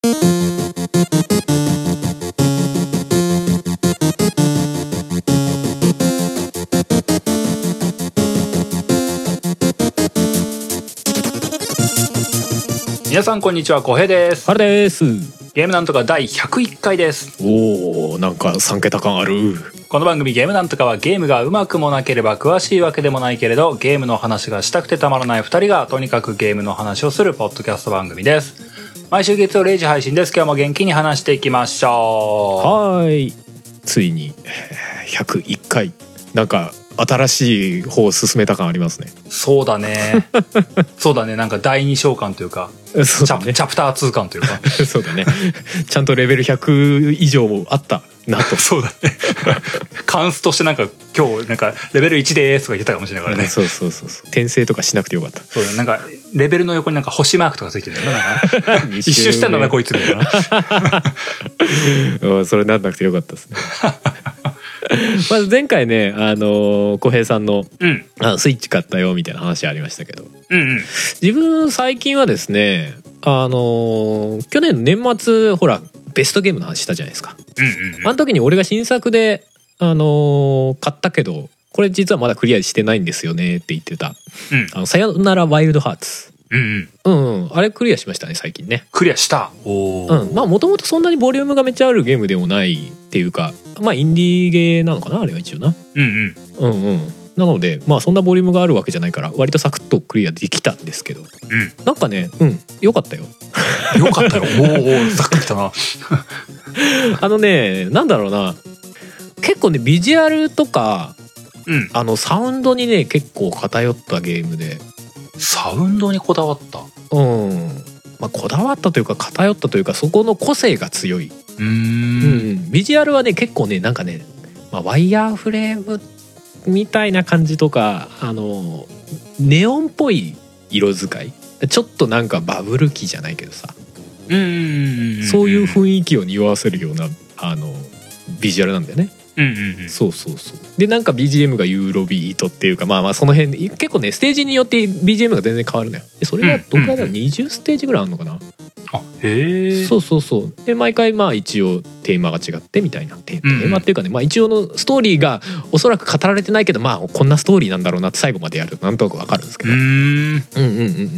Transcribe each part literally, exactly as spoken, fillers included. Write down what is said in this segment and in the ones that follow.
皆さんこんにちは、小平です。 はるです。 ゲームなんとかだいひゃくいっかいです。 おー、なんかさんけた感ある。 この番組ゲームなんとかは、ゲームがうまくもなければ詳しいわけでもないけれど、ゲームの話がしたくてたまらないふたりがとにかくゲームの話をするポッドキャスト番組です。毎週月曜れいじ配信です。今日も元気に話していきましょう。 はーい、ついにひゃくいっかい、なんか新しい方を進めた感ありますね。 そうだねそうだね、なんかだいに章感というか、 そうだね、 チャプターに感というかそうだね、ちゃんとレベルひゃく以上もあったなとそうだねカンスとしてなんか今日なんかレベルいちですとか言ってたかもしれないからね。 そうそうそうそう、転生とかしなくてよかった。 そうだね、なんかレベルの横になんか星マークとかついてるんだよな一周したんだなこいつみたいなそれなんなくてよかったですねまず前回ね、あの小平さんの、うん、あスイッチ買ったよみたいな話ありましたけど、 うんうん、 自分最近はですね、あの去年の年末ほらベストゲームの話したじゃないですか、 うんうんうん、 あの時に俺が新作で、あの買ったけどこれ実はまだクリアしてないんですよねって言ってた、うん、あのさよならワイルドハーツ、うんうん、うん、あれクリアしましたね最近ね。 クリアした。おー、 うん、まあもともとそんなにボリュームがめっちゃあるゲームでもないっていうか、まあインディーゲーなのかなあれは一応な。 うんうんうんうん。なのでまあそんなボリュームがあるわけじゃないから割とサクッとクリアできたんですけど、うん、なんかね、うん、よかったよよかったよ。おお、ざっくりきたなあのね、なんだろうな、結構ねビジュアルとか、うん、あのサウンドにね結構偏ったゲームで。 サウンドにこだわった。 うん、まあ、こだわったというか偏ったというかそこの個性が強い。 うーん、 うん、ビジュアルはね結構ねなんかね、まあ、ワイヤーフレームみたいな感じとか、あのネオンっぽい色使い、ちょっとなんかバブル期じゃないけどさ、 うん、 そういう雰囲気を匂わせるようなあのビジュアルなんだよね。 うんうんうん、 そうそうそう。でなんか ビージーエム がユーロビートっていうか、まあまあその辺結構ねステージによって ビージーエム が全然変わるのよ。でそれがどれぐらいだろう、にじゅうステージぐらいあるのかな。 あ、へえ。 そうそうそう。で毎回まあ一応テーマが違ってみたいな、テーマっていうかね、まあ一応のストーリーがおそらく語られてないけど、まあこんなストーリーなんだろうなって最後までやるとなんとなくわかるんですけど、うんうんうんうん、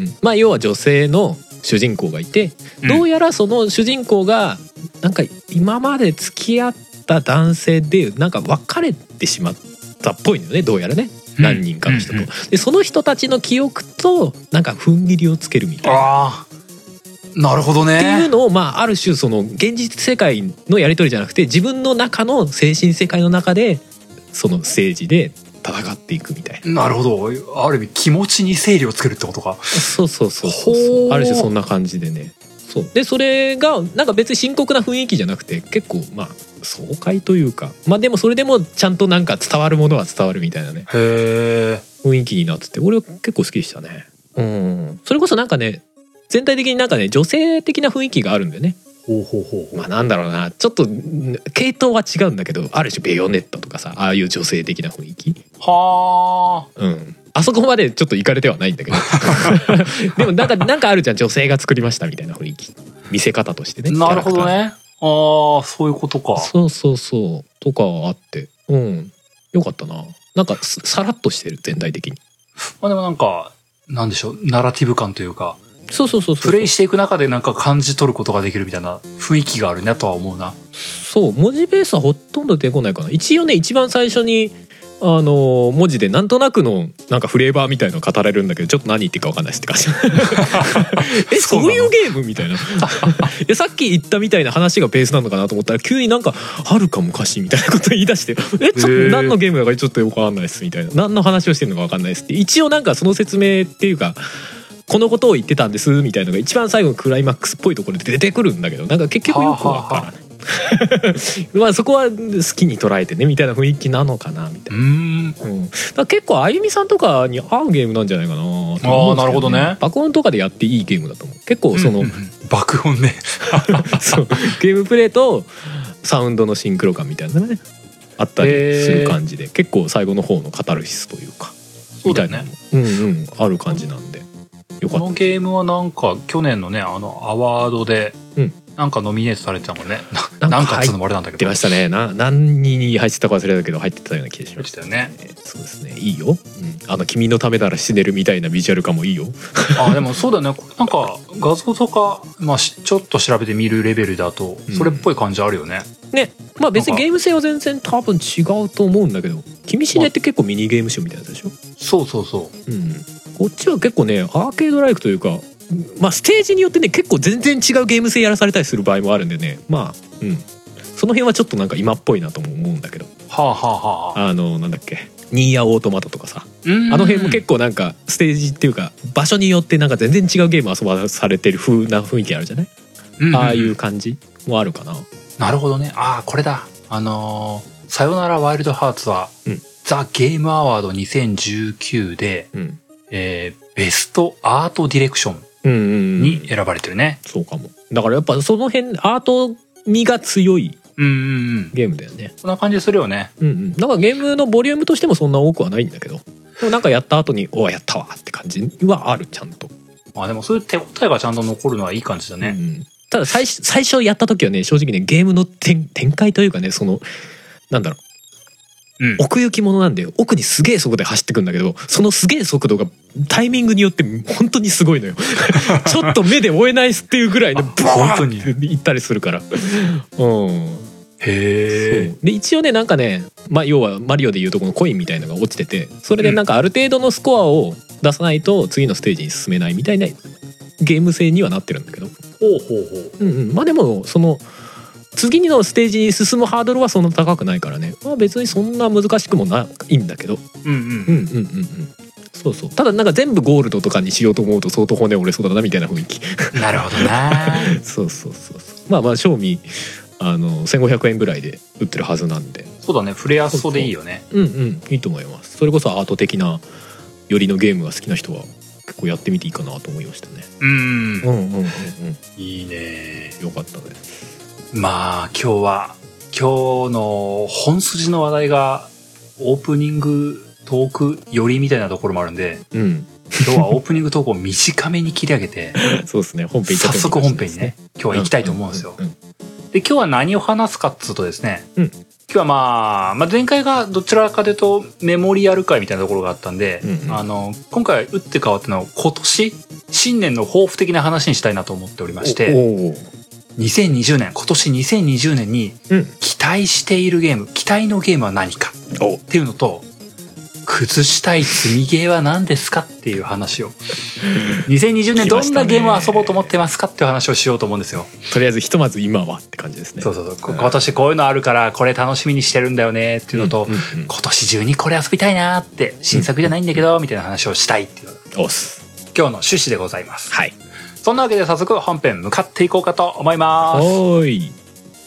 まあ要は女性の主人公がいて、どうやらその主人公がなんか今まで付き合った男性でなんか別れてしまったっぽいのよね、どうやらね、何人かの人と、うんうんうん、でその人たちの記憶となんか踏ん切りをつけるみたいな。 あ、なるほどね。 っていうのを、まあある種その現実世界のやり取りじゃなくて自分の中の精神世界の中でそのステージで戦っていくみたいな。 なるほど、ある意味気持ちに整理をつけるってことか。 そうそうそうそう、ある種そんな感じでね。そうでそれがなんか別に深刻な雰囲気じゃなくて結構まあ爽快というか、まあでもそれでもちゃんとなんか伝わるものは伝わるみたいなね、 へ雰囲気になってて俺は結構好きでしたね。うん、それこそなんかね全体的になんかね女性的な雰囲気があるんだよね。 ほうほうほう。 まあなんだろうな、ちょっと系統は違うんだけど、ある種ベヨネットとかさ、ああいう女性的な雰囲気。 はあ。 うん。あそこまでちょっといかれてはないんだけどでもなんかなんかあるじゃん、女性が作りましたみたいな雰囲気、見せ方としてね。 なるほどね。ああ、そういうことか。 そうそうそうとかあって、うん、よかったな。なんかさらっとしてる全体的に。 まあでもなんかなんでしょう、ナラティブ感というか。 そうそうそうそう、 プレイしていく中でなんか感じ取ることができるみたいな雰囲気があるねとは思うな。 そう、文字ベースはほとんど出てこないかな。一応ね一番最初にあの文字でなんとなくのなんかフレーバーみたいの語られるんだけど、ちょっと何言ってるか分かんないですって感じえそういうゲームみたいなえさっき言ったみたいな話がベースなのかなと思ったら急になんかはるか昔みたいなこと言い出してえちょっと何のゲームだかちょっとよく分かんないですみたいな、何の話をしてるのか分かんないですって、一応なんかその説明っていうかこのことを言ってたんですみたいなのが一番最後のクライマックスっぽいところで出てくるんだけど、なんか結局よくわからないまあそこは好きに捉えてねみたいな雰囲気なのかなみたいな。うん、うん、だから結構あゆみさんとかに合うゲームなんじゃないかなと思うんですけど、ね、ああなるほどね。爆音とかでやっていいゲームだと思う。結構その、うんうん、 爆音ねそうゲームプレイとサウンドのシンクロ感みたいなのがねあったりする感じで、結構最後の方のカタルシスというかみたいなのも、うんうん、ある感じなんでよかった。 このゲームはなんか去年のねあのアワードでなんかノミネートされてたもんね。 ななんかっつうのもあれなんだけど。 出ましたね。な何に入ってたか忘れたけど入ってたような気がしました。 よね。 えー、そうですね。いいよ。うん、あの君のためなら死ねるみたいなビジュアル化もいいよ。 あでもそうだね。なんか画像とかまあちょっと調べてみるレベルだとそれっぽい感じあるよね。 うん、ね。まあ別にゲーム性は全然多分違うと思うんだけど、君死ねって結構ミニゲーム集みたいなやつでしょ。 そうそうそう。 うん。こっちは結構ねアーケードライクというか。まあステージによってね結構全然違うゲーム性やらされたりする場合もあるんでね、まあうんその辺はちょっとなんか今っぽいなとも思うんだけど、 はあはあはあ、 あのなんだっけニーヤオートマトとかさ、あの辺も結構なんかステージっていうか場所によってなんか全然違うゲーム遊ばされてる風な雰囲気あるじゃない、うんうん、ああいう感じもあるかな。 なるほどね。ああこれだ、あのー、さよならワイルドハーツは、うん、ザ・ゲームアワードにせんじゅうきゅうで、うんえー、ベストアートディレクションに選ばれてるね、 うんうんうん、そうかも。だからやっぱその辺アート味が強いゲームだよね。 こんな感じするよね。 うんうん。なんかゲームのボリュームとしてもそんな多くはないんだけど、でもなんかやった後におおやったわって感じはあるちゃんと。 まあでもそういう手応えがちゃんと残るのはいい感じだね。うん、 ただ最最初やった時はね正直ねゲームの展展開というかねそのなんだろう。うん、奥行きものなんだよ。奥にすげえ速度で走ってくんだけどそのすげえ速度がタイミングによって本当にすごいのよちょっと目で追えないっていうぐらいのブワーっていったりするからうんへえ。 で一応ねなんかね、まあ、要はマリオでいうとこのコインみたいのが落ちててそれでなんかある程度のスコアを出さないと次のステージに進めないみたいなゲーム性にはなってるんだけど、ほうほうほう、 うんうん、まあでもその次のステージに進むハードルはそんな高くないからね、まあ、別にそんな難しくもないんだけど、 うんうん、うんうんうんうんそうそう。ただなんか全部ゴールドとかにしようと思うと相当骨折れそうだなみたいな雰囲気なるほどなそうそうそうそう。まあまあ賞味あのせんごひゃくえんぐらいで売ってるはずなんで、 そうだね。触れやすそうでいいよね。 そうそううんうんいいと思います。それこそアート的なよりのゲームが好きな人は結構やってみていいかなと思いましたね。 うんうんうんうんうんうんいいね。 よかったです。 まあ今日は今日の本筋の話題がオープニングトーク寄りみたいなところもあるんで、うん、今日はオープニングトークを短めに切り上げてそうですね本編早速本編にね今日は行きたいと思うんですよ。で今日は何を話すかっつうとですね、うん、今日は、まあ、まあ前回がどちらかというとメモリアル会みたいなところがあったんで、うんうん、あの今回打って変わっての今年新年の抱負的な話にしたいなと思っておりまして、おおにせんにじゅうねん今年にせんにじゅうねんに期待しているゲーム、うん、期待のゲームは何かっていうのと崩したい積みゲーは何ですかっていう話をにせんにじゅうねんどんなゲームを遊ぼうと思ってますかっていう話をしようと思うんですよ。 とりあえずひとまず今はって感じですね。 そうそうそう、うん、今年こういうのあるからこれ楽しみにしてるんだよねっていうのと、うんうんうん、今年中にこれ遊びたいなって新作じゃないんだけど、うん、みたいな話をしたいっていうのが今日の趣旨でございます。 はい。 そんなわけで早速本編向かっていこうかと思います。 おーい。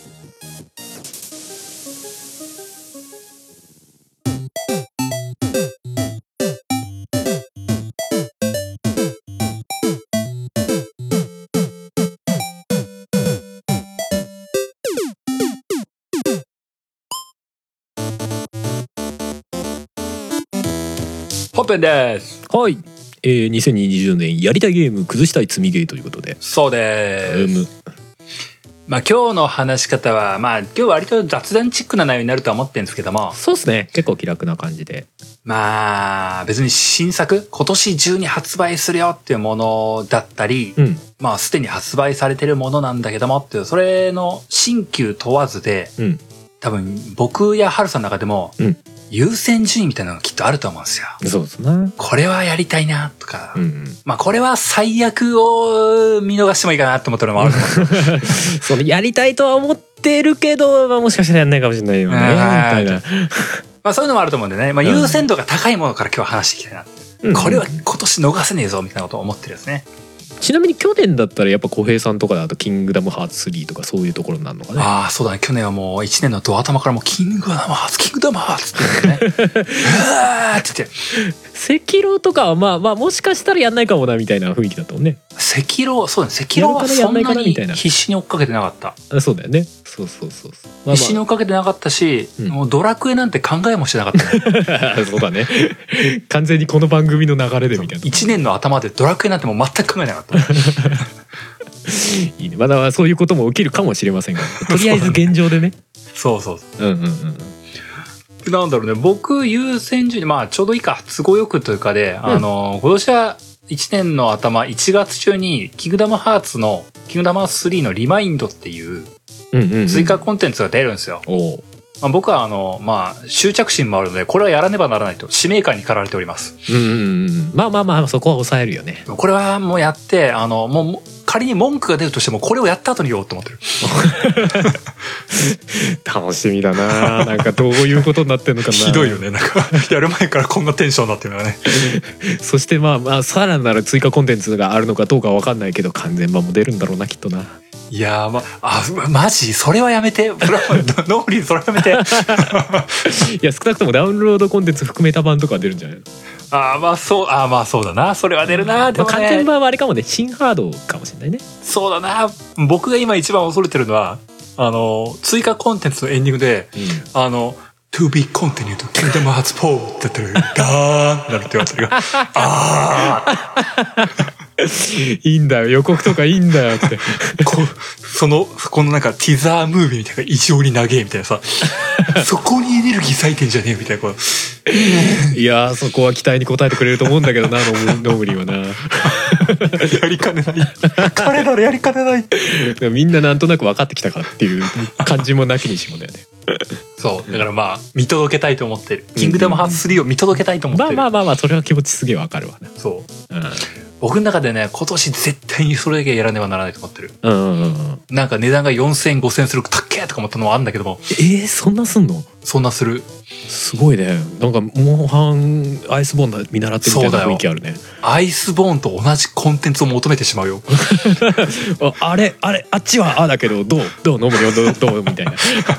本編です。 はい。えー、にせんにじゅうねんやりたいゲーム崩したい積みゲーということで。 そうです。まあ今日の話し方はまあ今日割と雑談チックな内容になるとは思ってるんですけども、 そうですね結構気楽な感じで、 まあ別に新作今年中に発売するよっていうものだったり、うん、まあすでに発売されてるものなんだけどもっていうそれの新旧問わずで、うん、多分僕やハルさんの中でも、うん優先順位みたいなのがきっとあると思うんですよ。 そうですね。 これはやりたいなとか、うんうん、まあこれは最悪を見逃してもいいかなと思ったのもあると思うんですよ。 そのやりたいとは思ってるけど、まあ、もしかしたらやんないかもしれないよねみたいな。 まあそういうのもあると思うんでね、まあ、優先度が高いものから今日は話していきたいな、うん、これは今年逃せねえぞみたいなことを思ってるんですね。 ちなみに去年だったらやっぱ小平さんとかだとキングダムハーツスリーとかそういうところになるのかね。 ああそうだね。去年はもういちねんのド頭からもうキングダムハーツキングダムハーツって言ってねうわーって言って赤狼とかはまあまあもしかしたらやんないかもなみたいな雰囲気だったもんね。 赤狼そうだね。赤狼はそんなに必死に追っかけてなかった。 あそうだよね。そうそうそうそう、まあまあ、 必死に追っかけてなかったし、うん、もうドラクエなんて考えもしてなかったねそうだね完全にこの番組の流れでみたいないちねんの頭でドラクエなんてもう全く考えなかったいいね。まだそういうことも起きるかもしれませんが、とりあえず現状でね。 そうそうそう。 うんうんうん。 なんだろうね、僕優先順位、まあちょうどいいか、都合よくというかで、うん、あの、今年はいちねんの頭、いちがつ中に、キングダムハーツの、キングダムハーツスリーのリマインドっていう、追加コンテンツが出るんですよ。うんうんうん、まあ、僕はあの、まあ、執着心もあるので、これはやらねばならないと、使命感に駆られております。 うんうんうん。まあまあまあ、そこは抑えるよね。 これはもうやって、あの、もう、仮に文句が出るとしても、これをやった後に言おうと思ってる。 楽しみだな。なんかどういうことになってんのかな。 ひどいよね。なんか、やる前からこんなテンションになってるのはね。 そしてまあまあ、さらなる追加コンテンツがあるのかどうかは分かんないけど、完全版も出るんだろうな、きっとな。 いやー、ま、あ、マジそれはやめて。それは、ノーリーそれはやめて。 いや、少なくともダウンロードコンテンツ含めた版とか出るんじゃないの？ ああ、まあそう、ああまあそうだな。それは出るな。でもね、 まあ、完全版はあれかもね、新ハードかもしれないね。 そうだな。僕が今一番恐れてるのは、あの、追加コンテンツのエンディングで、うん、あの、To be continued Kingdom Hearts フォーってやってる。ガーンってなるって言われてるが。ああいいんだよ、予告とかいいんだよってこそのこのなんかティザームービーみたいな異常に長えみたいなさそこにエネルギー割いてんじゃねえみたいなこういやー、そこは期待に応えてくれると思うんだけどな、ノムリはなやりかねない彼ならやりかねないみんななんとなく分かってきたからっていう感じもなきにしもだよねそうだからまあ見届けたいと思ってる、キングダムハーツスリーを見届けたいと思ってる。 まあまあまあまあ、それは気持ちすげえわかるわね。 そう、うん、僕の中でね、今年絶対にそれだけやらねばならないと思ってる。 うんうんうん。 なんか値段がよんせんごせんするたっけーとか思ったのもあるんだけども。 えー、そんなすんの？ そんなする。 すごいね。なんかモンハンアイスボーン見習ってみたいな雰囲気あるね。 アイスボーンと同じコンテンツを求めてしまうよ。 あれあれあっちはあだけどどうどう飲むよどうどうみたいな。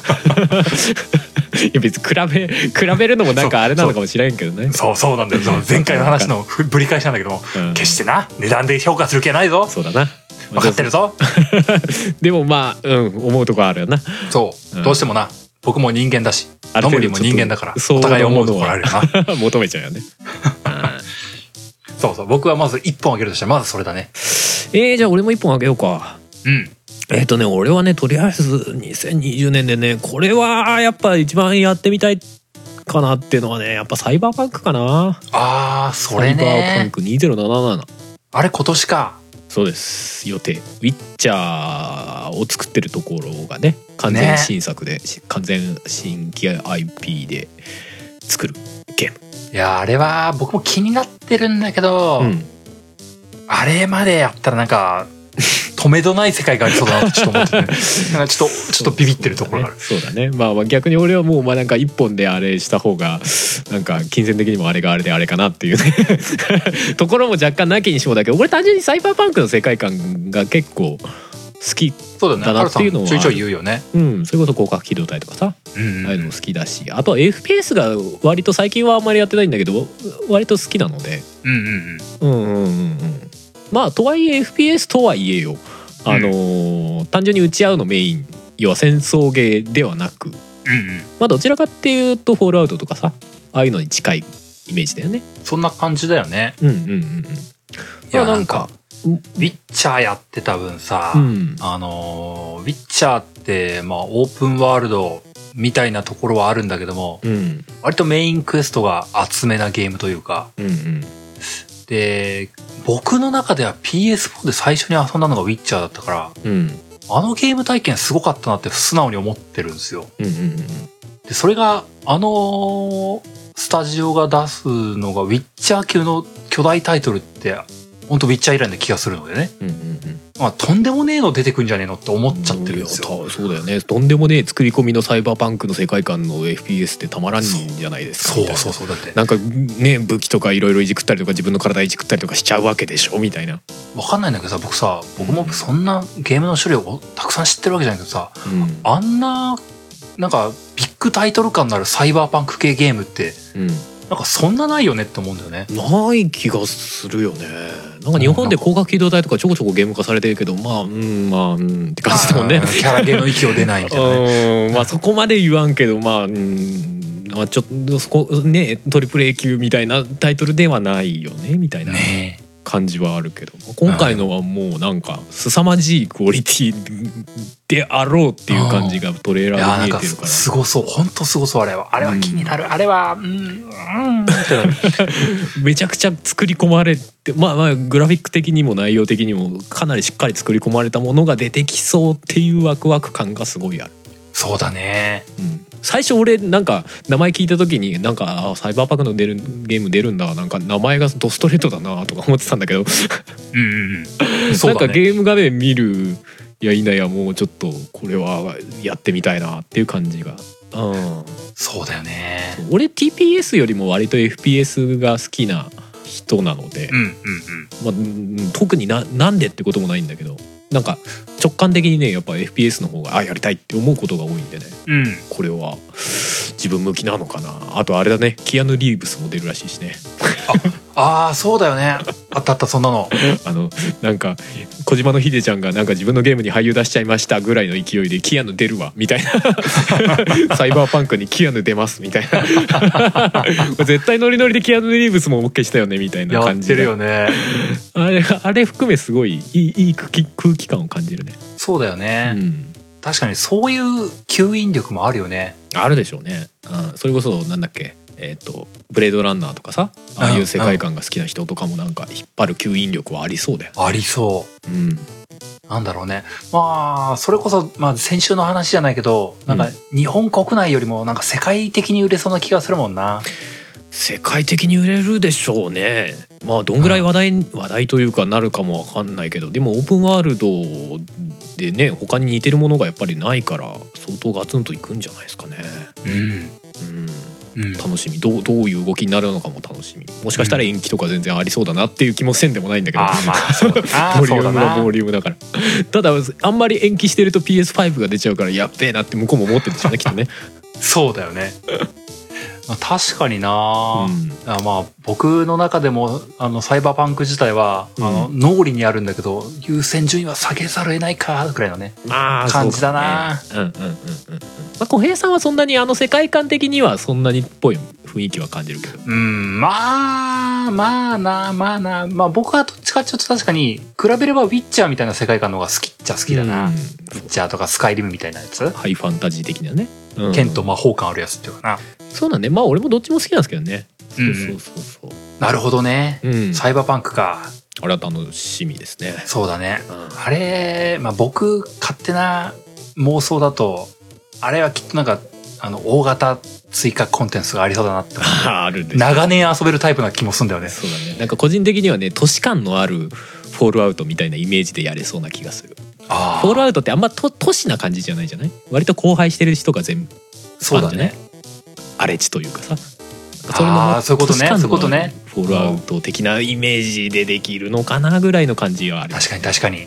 いや別に比べ比べるのもなんかあれなのかもしれんけどね。 そうそうなんだよ。その前回の話のぶり返しなんだけども、うん、決してな値段で評価する気はないぞ。 そうだな。 分かってるぞ。 でもまあ、うん、思うとこあるよな。 そう、うん、どうしてもな、僕も人間だし、ノムリも人間だから、 お互い思うところあるよな。 求めちゃうよね。 そうそう、僕はまず一本あげるとしたらまずそれだね。 えー、じゃあ俺も一本あげようか。 うん。 えっとね、俺はね、とりあえずにせんにじゅうねんでね、これはやっぱ一番やってみたいかなっていうのはね、やっぱサイバーパンクかな。 あー、それね。 サイバーパンクにせんななじゅうなな。あれ今年か。 そうです、予定。ウィッチャーを作ってるところがね、完全新作で、ね、完全新規 アイピー で作るゲーム。 いや、あれは僕も気になってるんだけど、うん、あれまでやったらなんか止めどない世界がありそうだなってちょっと思ってて、ね、なんかちょっとちょっとビビってるところがある。 そうだね。まあまあ逆に俺はもうまあなんか一本であれした方がなんか金銭的にもあれがあれであれかなっていうねところも若干なきにしもだけど、俺単純にサイバーパンクの世界観が結構好きだなっていうのはちょいちょい言うよね。 うん、それこそ広角機動隊とかさ、うんうん、ああいうのも好きだし、あとは エフピーエス が割と最近はあんまりやってないんだけど割と好きなので、 うんうんうんうんうんうんうん、まあとはいえ エフピーエス とはいえよ、あのーうん、単純に打ち合うのメイン、要は戦争ゲーではなく、うんうん、まあどちらかっていうとフォールアウトとかさ、ああいうのに近いイメージだよね。 そんな感じだよね。 うんうんうんうん。いやなんかウィッチャーやってた分さ、うん、あのー、ウィッチャーってまあオープンワールドみたいなところはあるんだけども、うん、割とメインクエストが厚めなゲームというか、うんうん、で僕の中では ピーエスフォー で最初に遊んだのがウィッチャーだったから、うん、あのゲーム体験すごかったなって素直に思ってるんですよ。うんうんうん、でそれがあのスタジオが出すのがウィッチャー級の巨大タイトルって本当ウィッチャー以来の気がするのでね、うんうんうん、まあ、とんでもねえの出てくんじゃねえのって思っちゃってるんですよ。 そうだよね。とんでもねえ作り込みのサイバーパンクの世界観の エフピーエス ってたまらんじゃないですか。 そうそうそう、だってなんかね、武器とかいろいろいじくったりとか自分の体いじくったりとかしちゃうわけでしょみたいな。 わかんないんだけどさ、僕さ、僕もそんなゲームの種類をたくさん知ってるわけじゃないけどさ、うん、あんななんかビッグタイトル感のあるサイバーパンク系ゲームって、うん、なんかそんなないよねって思うんだよね。 ない気がするよね。なんか日本で広角機動隊とかちょこちょこゲーム化されてるけど、まあうんまあうんって感じだもんね。 キャラゲーの域を出ないみたいなね。 うん、まあそこまで言わんけど、まあうんまあちょっとそこねトリプル A 級みたいなタイトルではないよねみたいな感じはあるけど、今回のはもうなんか凄まじいクオリティであろうっていう感じがトレーラーで見えてるから、 すごそう、本当すごそう。あれはあれは気になる、うん、あれはうんうんめちゃくちゃ作り込まれて、まあまあグラフィック的にも内容的にもかなりしっかり作り込まれたものが出てきそうっていうワクワク感がすごいある。 そうだね、 うん、最初俺なんか名前聞いた時になんかサイバーパンクの出るゲーム出るんだ、なんか名前がドストレートだなとか思ってたんだけどうんうんうん、そうだね、 なんかゲーム画面見るや否やもうちょっとこれはやってみたいなっていう感じが、うん、 そうだよね。 俺 ティーピーエス よりも割と エフピーエス が好きな人なので、 うんうんうんまあ、特にななんでってこともないんだけど、なんか直感的にねやっぱ エフピーエス の方があやりたいって思うことが多いんでね、 うん、 これは自分向きなのかな。あとあれだね、キアヌ・リーブスも出るらしいしねああそうだよね、あったあった、そんなのあのなんか小島の秀ちゃんがなんか自分のゲームに俳優出しちゃいましたぐらいの勢いでキアヌ出るわみたいなサイバーパンクにキアヌ出ますみたいな絶対ノリノリでキアヌ・リーブスも OK したよねみたいな感じでやってるよねあれあれ含めすごいいい、いい空気、空気感を感じるね。 そうだよね、 うん、 確かにそういう吸引力もあるよね。 あるでしょうね、うん、それこそなんだっけ、えーと、ブレードランナーとかさ、ああいう世界観が好きな人とかもなんか引っ張る吸引力はありそうだよね。 ありそう、うん、なんだろうね、まあそれこそ、まあ、先週の話じゃないけどなんか日本国内よりもなんか世界的に売れそうな気がするもんな。 世界的に売れるでしょうね。まあどんぐらい話題、うん、話題というかなるかもわかんないけど、でもオープンワールドでね他に似てるものがやっぱりないから相当ガツンといくんじゃないですかね。うん、うん、楽しみ。どうどういう動きになるのかも楽しみ。もしかしたら延期とか全然ありそうだなっていう気もせんでもないんだけど、うん、あまあそうだボリュームがボリュームだからただあんまり延期してると ピーエスファイブ が出ちゃうからやっべえなって向こうも思ってるんでしょうねきっとねそうだよね確かにな、うん、あまあ僕の中でもあのサイバーパンク自体は、うん、あの脳裏にあるんだけど優先順位は下げざるを得ないかくらいのね、まあ、感じだな。 うんうんうんうん。まあ小平さんはそんなにあの世界観的にはそんなにっぽい雰囲気は感じるけど、 うんまあまあなまあなまあ僕はどっちかっていうと確かに比べればウィッチャーみたいな世界観の方が好きっちゃ好きだな、うん、ウィッチャーとかスカイリムみたいなやつ、 ハイファンタジー的なね、 うん、剣と魔法感あるやつっていうかな。 そうだね。まあ俺もどっちも好きなんですけどね。そうそうそうそう。 なるほどね、うん。サイバーパンクか。 あれは楽しみですね。 そうだね。うん、あれ、まあ僕勝手な妄想だとあれはきっとなんかあの大型追加コンテンツがありそうだなって思って。あるんです。長年遊べるタイプな気もするんだよね。 そうだね。なんか個人的にはね都市感のあるフォールアウトみたいなイメージでやれそうな気がする。あフォールアウトってあんま都都市な感じじゃないじゃない。割と荒廃してる人が全部。 そうだね。 荒れ地というかさ。 それのそういうことね。そういうことね。 フォールアウト的なイメージでできるのかなぐらいの感じはある。 確かに確かに。うん、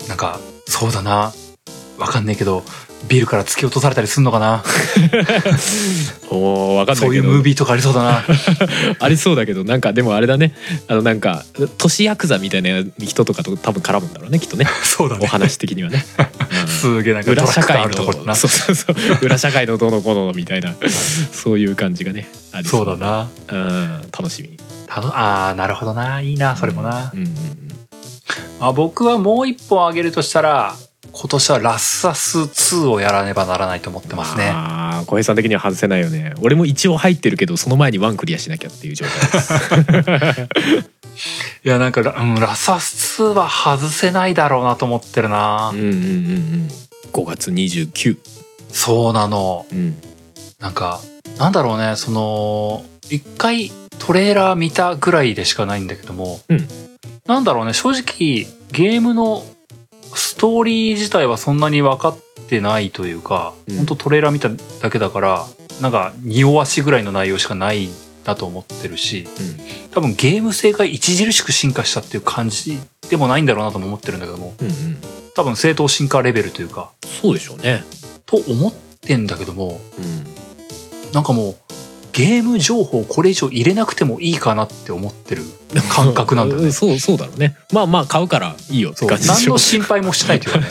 なんかそうだな。わかんないけどビルから突き落とされたりすんのかな。 おーわかんないけどそういうムービーとかありそうだな。 ありそうだけどなんかでもあれだね。あのなんか都市ヤクザみたいな人とかと多分絡むんだろうねきっとね。 そうだね。 お話的にはね。うん、 すげえなんか裏社会のそうそうそう裏社会のどのこのみたいなそういう感じがねありそうだな。 うん楽しみ。 たのああなるほどな。いいなそれもな。うんうんうん、あ僕はもう一本あげるとしたら今年はラッサスツーをやらねばならないと思ってますね。ああ小平さん的には外せないよね。俺も一応入ってるけどその前にワンクリアしなきゃっていう状態です。 いやなんかラ、うん、ラッサスツーは外せないだろうなと思ってるな。うんうんうんうん。 ごがつにじゅうくにち。 そうなの。うん、なんかなんだろうねその一回トレーラー見たぐらいでしかないんだけども、うん、なんだろうね正直ゲームのストーリー自体はそんなに分かってないというか、うん、本当トレーラー見ただけだからなんか匂わしぐらいの内容しかないなと思ってるし、うん、多分ゲーム性が著しく進化したっていう感じでもないんだろうなとも思ってるんだけども、うんうん、多分正当進化レベルというかそうでしょうねと思ってんだけども、うん、なんかもうゲーム情報これ以上入れなくてもいいかなって思ってる感覚なんだよね。 そうそうだろうね。まあまあ買うからいいよって感じでしょ。 何の心配もしないというかね。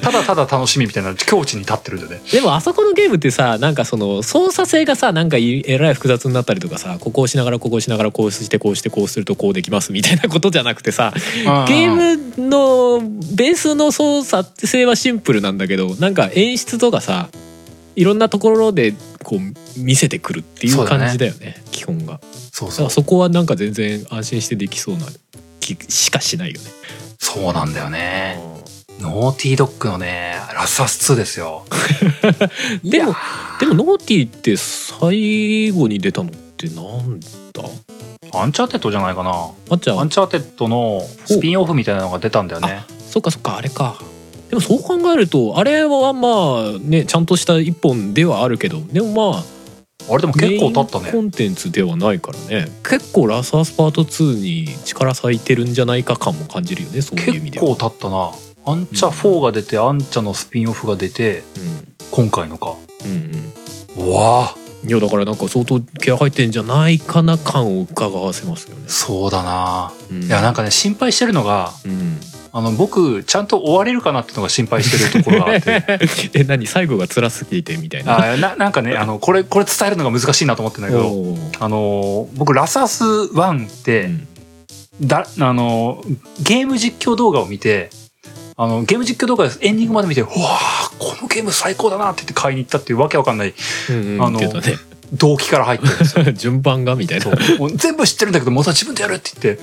ただただ楽しみみたいな境地に立ってるんだよね。 でもあそこのゲームってさ、なんかその操作性がさ、なんかえらい複雑になったりとかさ、ここをしながらここをしながらこうしてこうしてこうするとこうできますみたいなことじゃなくてさ、ゲームのベースの操作性はシンプルなんだけど、なんか演出とかさ、いろんなところでこう見せてくるっていう感じだよ ね, ね基本が。 そうそう、 だからそこはなんか全然安心してできそうな気しかしないよね。 そうなんだよね。ノーティードッグのねラスアスツーですよ。 でもでもノーティーって最後に出たのってなんだ？ アンチャーテッドじゃないかな。 あじゃあアンチャーテッドのスピンオフみたいなのが出たんだよね。 そっかそっか、あれか。でもそう考えるとあれはまあねちゃんとした一本ではあるけど、でもまああれでも結構経ったね。 メインコンテンツではないからね。結構ラスアスパートツーに力割いてるんじゃないか感も感じるよね、そういう意味では。 結構経ったな。アンチャフォーが出て、うん、アンチャのスピンオフが出て、うん、今回のか。うんうん。うわあ。 いやだからなんか相当気合入ってんじゃないかな感を伺わせますよね。 そうだな、うん、いやなんかね心配してるのが、うん、あの僕ちゃんと終われるかなっていうのが心配してるところがあってえ何最後が辛すぎてみたいな。 あ な, なんかねあのこれこれ伝えるのが難しいなと思ってるんだけど、あの僕ラスアスワンって、うん、だあのゲーム実況動画を見て、あのゲーム実況動画でエンディングまで見て、うわーこのゲーム最高だなって言って買いに行ったっていうわけわかんない、うんうん、あの、ね、動機から入ってるんですよ。 順番がみたいな。 そうもう全部知ってるんだけどまた自分でやるって言って、うん、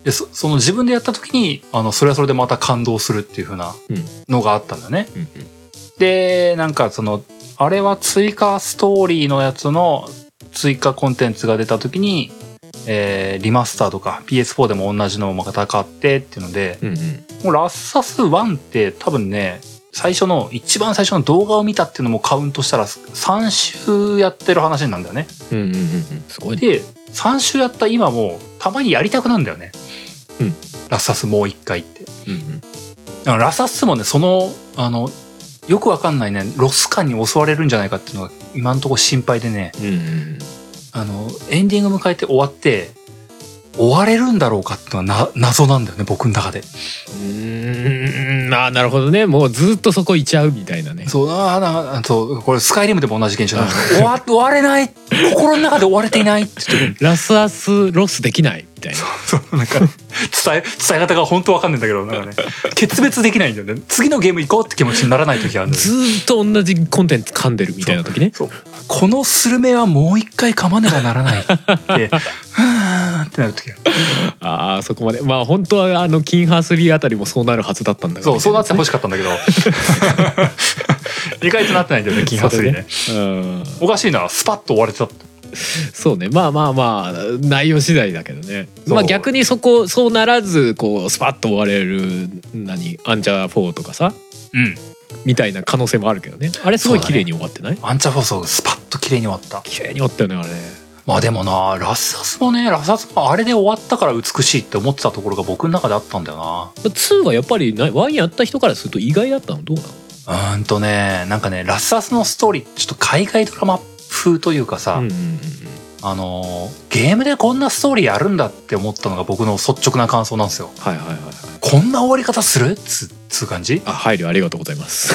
で そ, その自分でやった時にあのそれはそれでまた感動するっていう風なのがあったんだね、うんうん、でなんかそのあれは追加ストーリーのやつの追加コンテンツが出た時に、えー、リマスターとか ピーエスフォー でも同じのをまた買ってっていうので、うんうん、もうラスアスワンって多分ね最初の一番最初の動画を見たっていうのもカウントしたらさん週やってる話なんだよね、うんうんうん、すごいね。でさん週やった今もたまにやりたくなんだよね、うん、ラスアスもう一回って、うんうん、だからラスアスもねそのあのよくわかんないねロス感に襲われるんじゃないかっていうのが今のところ心配でね、うんうん、あのエンディング迎えて終わって終われるんだろうかっていうのはな謎なんだよね僕の中で。うーんあなるほどね。もうずっとそこいちゃうみたいなね。 そうあなそうこれスカイリムでも同じ現象なんですけど終わ終われない心の中で終われていないって言ってラスアスロスできないみたいな。 そうそうなんか伝え伝え方が本当わかんないんだけどなんかね決別できないんだよね。次のゲーム行こうって気持ちにならない時があるんだよね。 ずっと同じコンテンツ噛んでるみたいな時ね。 そうそうこのスルメはもう一回噛まねばならないってふーんってなる時がああそこまでまあ本当はあのキンハースリーあたりもそうなるはずだったんだけど、 そうそうなってほしかったんだけど意外となってないんだよねキンハースリーね。うんおかしいなスパッと終われてたって。 そうねまあまあまあ内容次第だけどね。まあ逆にそこそうならずこうスパッと終われる何アンチャーフォーとかさ、うんみたいな可能性もあるけどね。あれすごい綺麗に終わってない？ね、 アンチャーフォーソースパッと綺麗に終わった。 綺麗に終わったよねあれ。 まあでもなラスアスもねラスアスもあれで終わったから美しいって思ってたところが僕の中であったんだよな。 ツーはやっぱりワンやった人からすると意外だったのどうなの？ うーんとねなんかねラスアスのストーリーちょっと海外ドラマ風というかさ、うんうんうん、あのゲームでこんなストーリーあるんだって思ったのが僕の率直な感想なんですよ。はいはいはい、はい、こんな終わり方するつつう感じ。 あ配慮ありがとうございます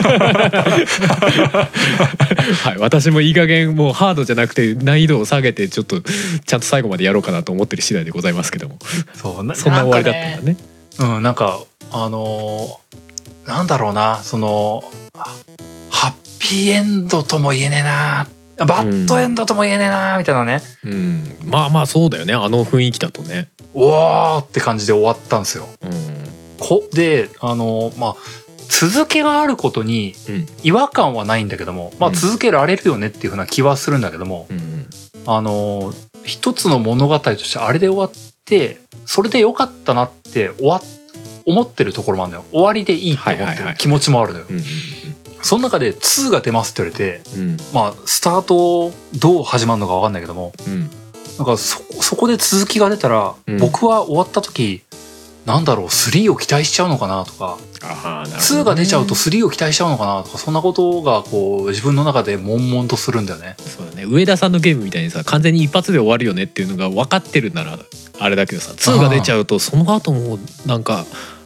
はい私もいい加減もうハードじゃなくて難易度を下げてちょっとちゃんと最後までやろうかなと思ってる次第でございますけどもそうなそんな終わりだったんだね。 うんなんかあのー、なんだろうなそのハッピーエンドとも言えねえなバッドエンドとも言えねえなみたいなね、 うん、まあまあそうだよねあの雰囲気だとね。 うわーって感じで終わったんですよ、うん、こであのまあ続けがあることに違和感はないんだけども、うん、まあ続けられるよねっていう風な気はするんだけども、うん、あの一つの物語としてあれで終わってそれでよかったなって終わ思ってるところもあるんだよ。終わりでいいって思ってる気持ちもあるのよ。その中でツーが出ますって言われて、うん、まあスタートどう始まるのか分かんないけども、うん、なんか そ, そこで続きが出たら、うん、僕は終わった時なんだろうスリーを期待しちゃうのかなとかあ、ね、ツーが出ちゃうとスリーを期待しちゃうのかなとかそんなことがこう自分の中で悶々とするんだよね。 そうだね上田さんのゲームみたいにさ完全に一発で終わるよねっていうのが分かってるならあれだけどさツーが出ちゃうとその後もなんか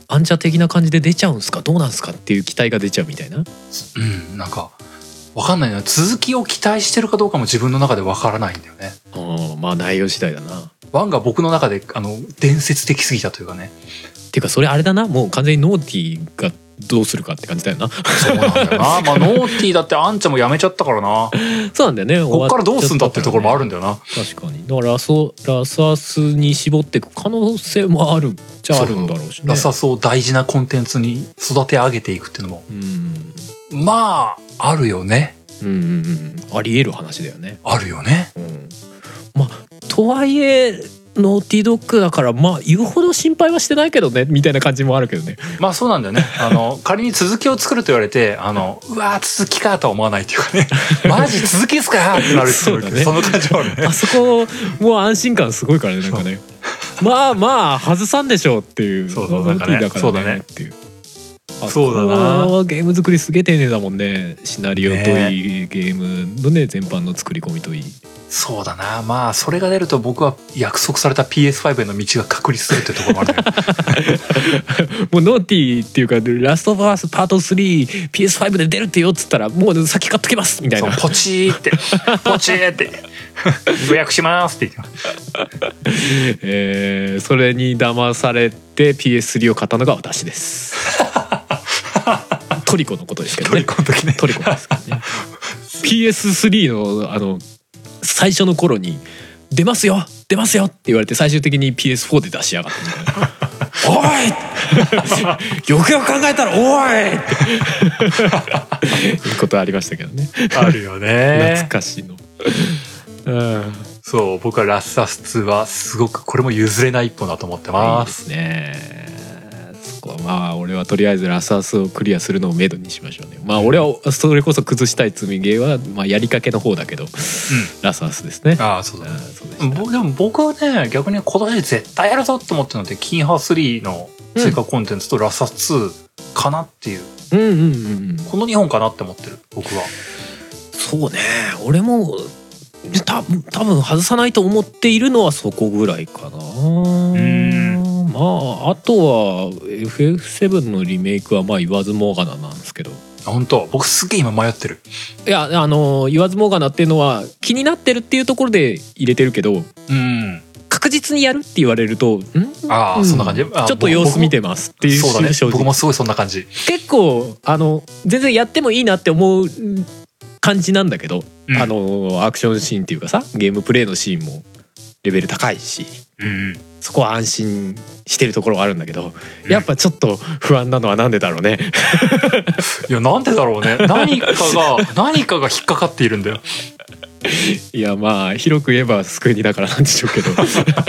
アンチャ的な感じで出ちゃうんすかどうなんすかっていう期待が出ちゃうみたいな。 うんなんかわかんないな、続きを期待してるかどうかも自分の中でわからないんだよね。 あまあ内容次第だな。 ワンが僕の中であの伝説的すぎたというかね。 っていうかそれあれだな、もう完全にノーティーがどうするかって感じだよな。 そうなんだよな。まあノーティーだってアンちゃんもやめちゃったからな。 そうなんだよね。 こっからどうすんだっていうところもあるんだよな。 確かに。だからラソラサスに絞っていく可能性もあるじゃあるんだろうしね。 ラサスを大事なコンテンツに育て上げていくっていうのも、 うん、 まああるよね。 うんうんうん、あり得る話だよね。 あるよね。 うん、まあとはいえノーティードッグだからまあ言うほど心配はしてないけどねみたいな感じもあるけどね。まあそうなんだよね。あの仮に続きを作ると言われてあのうわー続きかとは思わないっていうかね。マジ続きっすかってなるっていう、ね、その感じもあるね。あそこもう安心感すごいからねなんかね。まあまあ外さんでしょうっていう。 そうそうなんかね。そうだねっていう。 そうだな。ゲーム作りすげえ丁寧だもんね。シナリオといい、ね、ゲームのね全般の作り込みといい。そうだな。まあそれが出ると僕は約束された ピーエスファイブ への道が確立するっていうところもあるね。もうノーティーっていうかラストバースパートスリー ピーエスファイブ で出るってよっつったらもう先買っときますみたいな。ポチーってポチーって予約しますって言ってえー、それに騙されて ピーエススリー を買ったのが私です。トリコのことですけどね。トリコの時ね。トリコですけどね。ピーエススリー のあの最初の頃に出ますよ出ますよって言われて最終的に ピーエスフォー で出しやがったみたいな。おいよくよく考えたらおいっていうことありましたけどね。あるよね。懐かしいの。うん、そう僕はラスサスツーはすごくこれも譲れない一本だと思ってます。いいですね。そこはまあ俺はとりあえずラスサスをクリアするのをメドにしましょうね。まあ俺はそれこそ崩したい積みゲーはまあやりかけの方だけど、うん、ラスサスですね。ああそうだね。そうでした。でも僕はね逆に今年絶対やるぞと思ってるのでキンハースリーの追加コンテンツとラスサスツーかなっていう、うんうんうんうん、このにほんかなって思ってる僕は。そうね俺もた多分外さないと思っているのはそこぐらいかな。うんまああとは エフエフセブン のリメイクはまあ言わずもがななんですけど。本当僕すげえ今迷ってる。いやあの言わずもがなっていうのは気になってるっていうところで入れてるけど、うん確実にやるって言われるとんああそんな感じ、うん、ちょっと様子見てますっていう。そうだね僕もすごいそんな感じ。結構あの全然やってもいいなって思う感じなんだけど、うん、あのアクションシーンっていうかさゲームプレイのシーンもレベル高いし、うん、そこは安心してるところはあるんだけど、うん、やっぱちょっと不安なのはなんでだろうね。いやなんでだろうね。何かが何かが引っかかっているんだよ。いやまあ広く言えばスクエニだからなんでしょうけど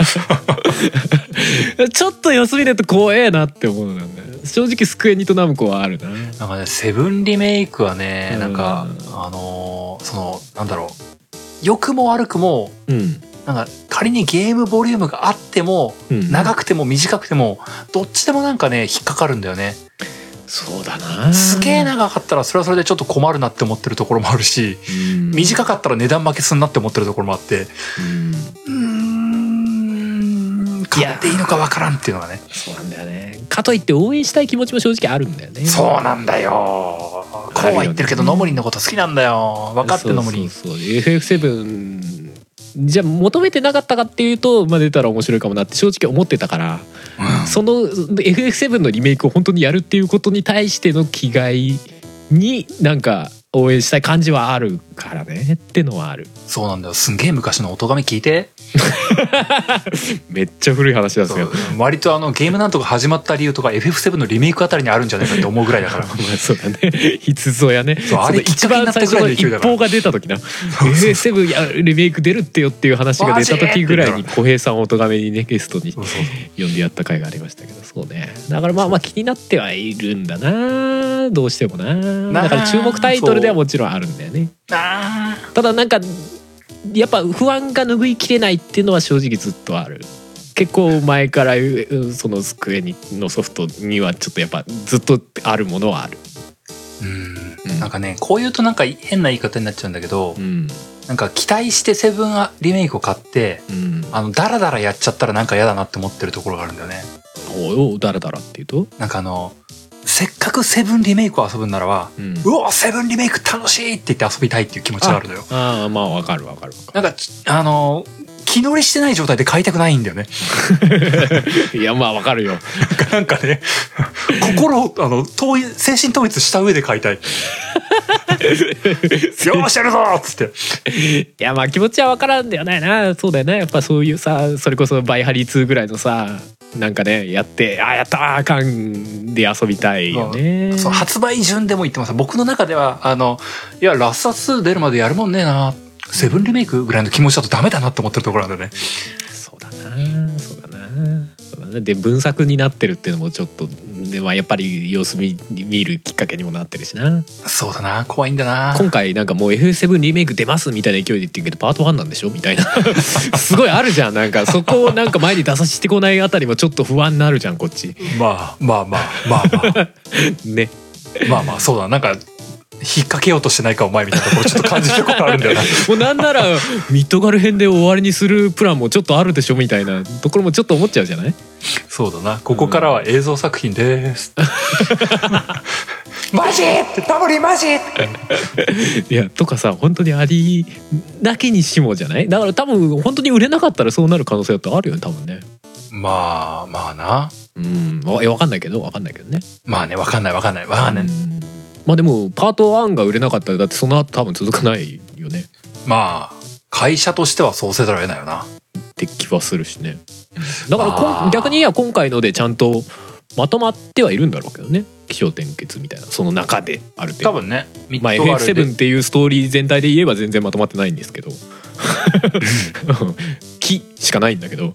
ちょっと様子見ると怖えなって思うんだよね。正直スクエニとナムコはあるな。なんかねセブンリメイクはねなんかあのー、そのなんだろう良くも悪くも、うん、なんか仮にゲームボリュームがあっても、うん、長くても短くてもどっちでもなんかね引っかかるんだよね。そうだな。すげえ長かったらそれはそれでちょっと困るなって思ってるところもあるし、うん、短かったら値段負けすんなって思ってるところもあって、うん、うーん買っていいのかわからんっていうのがね。そうなんだよね。かといって応援したい気持ちも正直あるんだよね。そうなんだよ。こうは言ってるけどノムリンのこと好きなんだよ。分かってノムリン。そうそうそう エフエフセブン じゃあ求めてなかったかっていうと、まあ、出たら面白いかもなって正直思ってたから、うん、その エフエフセブン のリメイクを本当にやるっていうことに対しての気概になんか応援したい感じはあるからねってのはある。そうなんだよ。すんげえ昔の音亀聞いて。めっちゃ古い話ですよ。割とあのゲームなんとか始まった理由とか エフエフセブン のリメイクあたりにあるんじゃないかって思うぐらいだから。そうだね。いつぞやね。あれ一番最初の一報が出た時な エフエフセブン やリメイク出るってよっていう話が出た時ぐらいに小平さんを音亀にねゲストに呼んでやった回がありましたけど。そうね。だからまあまあ気になってはいるんだなどうしてもな。だから注目タイトルではもちろんあるんだよね。ただなんかやっぱ不安が拭いきれないっていうのは正直ずっとある。結構前からそのスクエニのソフトにはちょっとやっぱずっとあるものはある。うん、うん、なんかねこう言うとなんか変な言い方になっちゃうんだけど、うん、なんか期待してセブンリメイクを買って、うん、あのダラダラやっちゃったらなんか嫌だなって思ってるところがあるんだよね。 おおだらだらっていうとなんかあのせっかくセブンリメイクを遊ぶんならば、うん、うおセブンリメイク楽しいって言って遊びたいっていう気持ちがあるのよ。 ああまあわかるわかるなんかあの気乗りしてない状態で買いたくないんだよね。 いやまあわかるよ。 なんかね心をあの統一精神統一した上で買いたい。よーしやるぞっつって。 いやまあ気持ちはわからんだよねな。そうだよねやっぱそういうさそれこそバイハリーツーぐらいのさなんかねやってあやったー感で遊びたいよね。 そう発売順でも言ってます。僕の中ではあのいやラッサツー出るまでやるもんねえなセブンリメイクぐらいの気持ちだとダメだなって思ってるところなんだよね。 そうだなそうだなそうだな。で分作になってるっていうのもちょっとで、まあ、やっぱり様子見見るきっかけにもなってるしな。 そうだな怖いんだな。 今回なんかもう エフエフセブン リメイク出ますみたいな勢いで言ってるけどパートワンなんでしょみたいなすごいあるじゃん。なんかそこをなんか前に出させてこないあたりもちょっと不安になるじゃんこっち。 まあまあまあまあまあねまあまあそうだなんか引っ掛けようとしてないかお前みたいなところちょっと感じるところあるんだよな。 もうなんならミッドガル編で終わりにするプランもちょっとあるでしょみたいなところもちょっと思っちゃうじゃない。 そうだなここからは映像作品です、うん、マジってダブリマジいやとかさ本当にありだけにしもじゃない。だから多分本当に売れなかったらそうなる可能性だってあるよね多分ね。 まあまあなうんわ分かんないけど分かんないけどね。 まあね分かんない分かんない分かんない、うんまあでもパートワンが売れなかったらだってその後多分続かないよね。 まあ会社としてはそうせざるを得ないよなって気はするしね。だからこん逆に言えば今回のでちゃんとまとまってはいるんだろうけどね起承転結みたいなその中である程度多分ね。 まあ エフエフセブン っていうストーリー全体で言えば全然まとまってないんですけど木しかないんだけど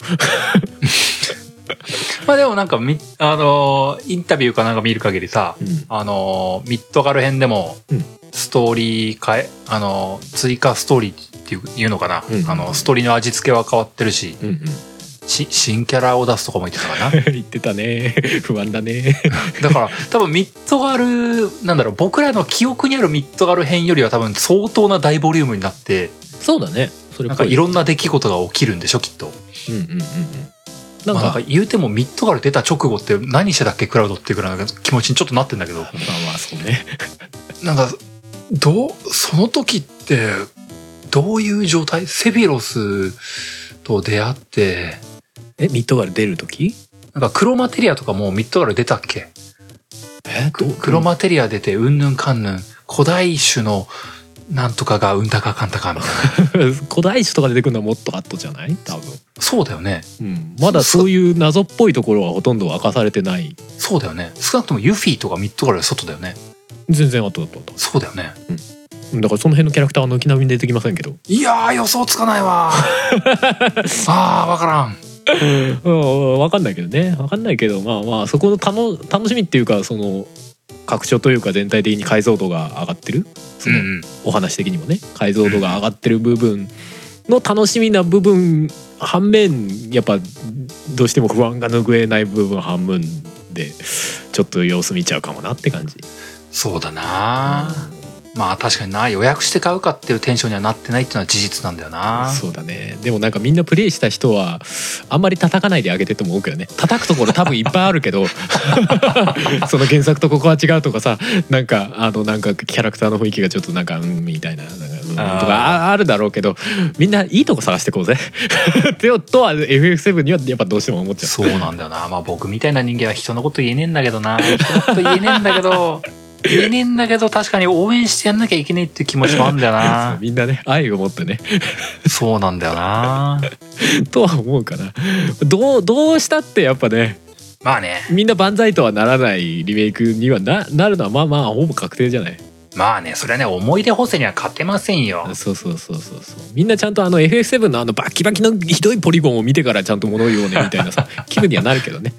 まあでもなんかみあのー、インタビューかなんか見る限りさ、うん、あのー、ミッドガル編でもストーリー変え、あのー、追加ストーリーっていういうのかな、うん、あのストーリーの味付けは変わってるし、うんうん、し新キャラを出すとかも言ってたかな。 言ってたね不安だねだから多分ミッドガルなんだろう僕らの記憶にあるミッドガル編よりは多分相当な大ボリュームになって。 そうだねそれなんかいろんな出来事が起きるんでしょきっと。 うんうんうんうんなんか、まあ、言うてもミッドガル出た直後って何してたっけクラウドっていうくらいの気持ちにちょっとなってんだけど。まあまあそうねなんかどうその時ってどういう状態。セフィロスと出会ってえミッドガル出る時なんかクロマテリアとかもミッドガル出たっけ。 えどクロマテリア出てうんぬんかんぬん古代種のなんとかがうんだかかんだかみたいな古代種とか出てくるのはもっと後じゃない多分。 そうだよね、 うん、まだそういう謎っぽいところはほとんど明かされてない。 そうだよね少なくともユフィとかミッドガルは外だよね。 全然後だった後。 そうだよね、 うん、だからその辺のキャラクターは軒並みに出てきませんけど。 いやー予想つかないわあー分からんうん分かんないけどね分かんないけどまあまあそこのたの楽しみっていうかその拡張というか全体的に解像度が上がってるそのお話的にもね解像度が上がってる部分の楽しみな部分反面やっぱどうしても不安が拭えない部分半分でちょっと様子見ちゃうかもなって感じ。 そうだな、うん、まあ確かにな予約して買うかっていうテンションにはなってないっていうのは事実なんだよな。 そうだね。でもなんかみんなプレイした人はあんまり叩かないであげてと思うけどね。叩くところ多分いっぱいあるけどその原作とここは違うとかさなんかあのなんかキャラクターの雰囲気がちょっとなんかうんみたいななんか、うん、とか あ, あるだろうけどみんないいとこ探してこうぜとは エフエフセブン にはやっぱどうしても思っちゃう。 そうなんだよな。まあ僕みたいな人間は人のこと言えねえんだけどな人のこと言えねえんだけど言えねえんだけど確かに応援してやんなきゃいけないっていう気持ちもあるんだよなみんなね愛を持ってねそうなんだよなとは思うかな。どうどうしたってやっぱねまあねみんな万歳とはならないリメイクには な, なるのはまあまあほぼ確定じゃない。 まあねそれはね思い出補正には勝てませんよ。 そうそうそうそうそうみんなちゃんとあの エフエフセブン のあのバキバキのひどいポリゴンを見てからちゃんと物を言おうねみたいなさ気分にはなるけどね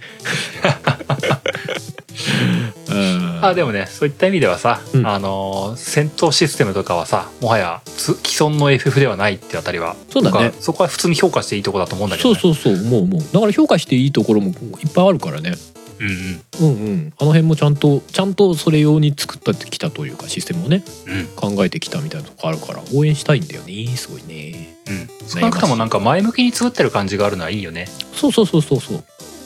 あでもねそういった意味ではさ、うん、あのー、戦闘システムとかはさもはや既存の エフエフ ではないってあたりはそうだねそこは普通に評価していいところだと思うんだけど、ね、 そうそうそうもうもうだから評価していいところもいっぱいあるからね。 うんうんうんうん、あの辺もちゃんとちゃんとそれ用に作ってきたというかシステムをね、うん、考えてきたみたいなとこあるから応援したいんだよねすごいね。 うん、少なくともなんか前向きに作ってる感じがあるのはいいよね。 そうそうそうそうそう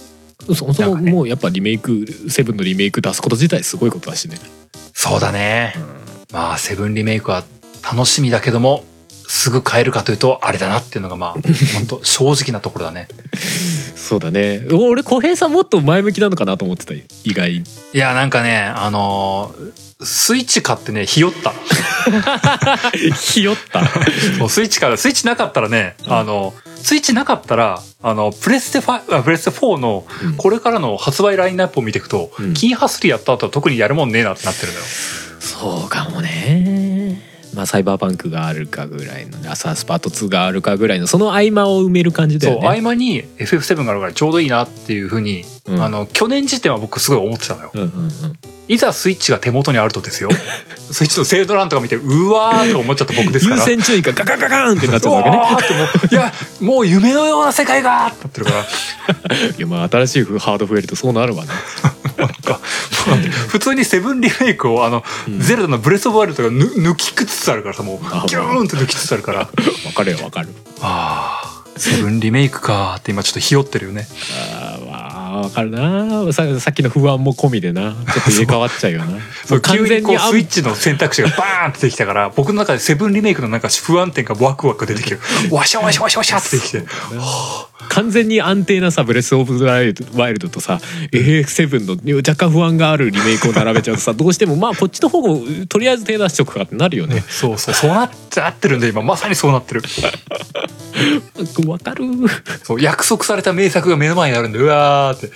そもそももうやっぱリメイクセブンのリメイク出すこと自体すごいことだしね。 そうだね、うん、まあセブンリメイクは楽しみだけどもすぐ買えるかというとあれだなっていうのがまあ本当正直なところだね。 そうだね。俺小平さんもっと前向きなのかなと思ってた。意外。いやなんかねあのー、スイッチ買ってねひよったひよったもうスイッチからスイッチなかったらね、うん、あのスイッチなかったらあのプレステファプレステフォーのこれからの発売ラインナップを見ていくと、うん、キンハスリーやった後は特にやるもんねえなってなってるのよ。 そうかもね。まあ、サイバーパンクがあるかぐらいのアサースパートツーがあるかぐらいのその合間を埋める感じだよね。 そう合間に エフエフセブン があるからちょうどいいなっていうふうに、うん、あの去年時点は僕すごい思ってたのよ、うんうんうん、いざスイッチが手元にあるとですよスイッチの精度欄とか見てうわーって思っちゃった僕ですから優先順位がガガガガーンってなっちゃうわけねうわーってもういやもう夢のような世界がってなってるからいやまあ新しいハード増えるとそうなるわねなんか普通にセブンリメイクをあの、うん、ゼルダのブレスオブワイルドが抜きつつあるからさもうギューンと抜きつつあるから分かるよ分かる。 ああセブンリメイクかって今ちょっとひよってるよね。 ああまあ分かるな。 さ, さっきの不安も込みでなちょっと入れ替わっちゃうよなそう完全にこうスイッチの選択肢がバーンってできたから僕の中でセブンリメイクのなんか不安点がワクワク出てきてワシャワシャワシャワシャってできて完全に安定なさブレスオブワイルドとさ エフエフセブン の若干不安があるリメイクを並べちゃうとさどうしてもまあこっちの方をとりあえず手出しとくかってなるよね。 そうそうそうなっちゃってるんで今まさにそうなってるわかる。 そう約束された名作が目の前にあるんでうわーって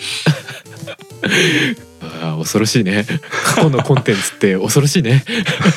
あ恐ろしいね。過去のコンテンツって恐ろしいね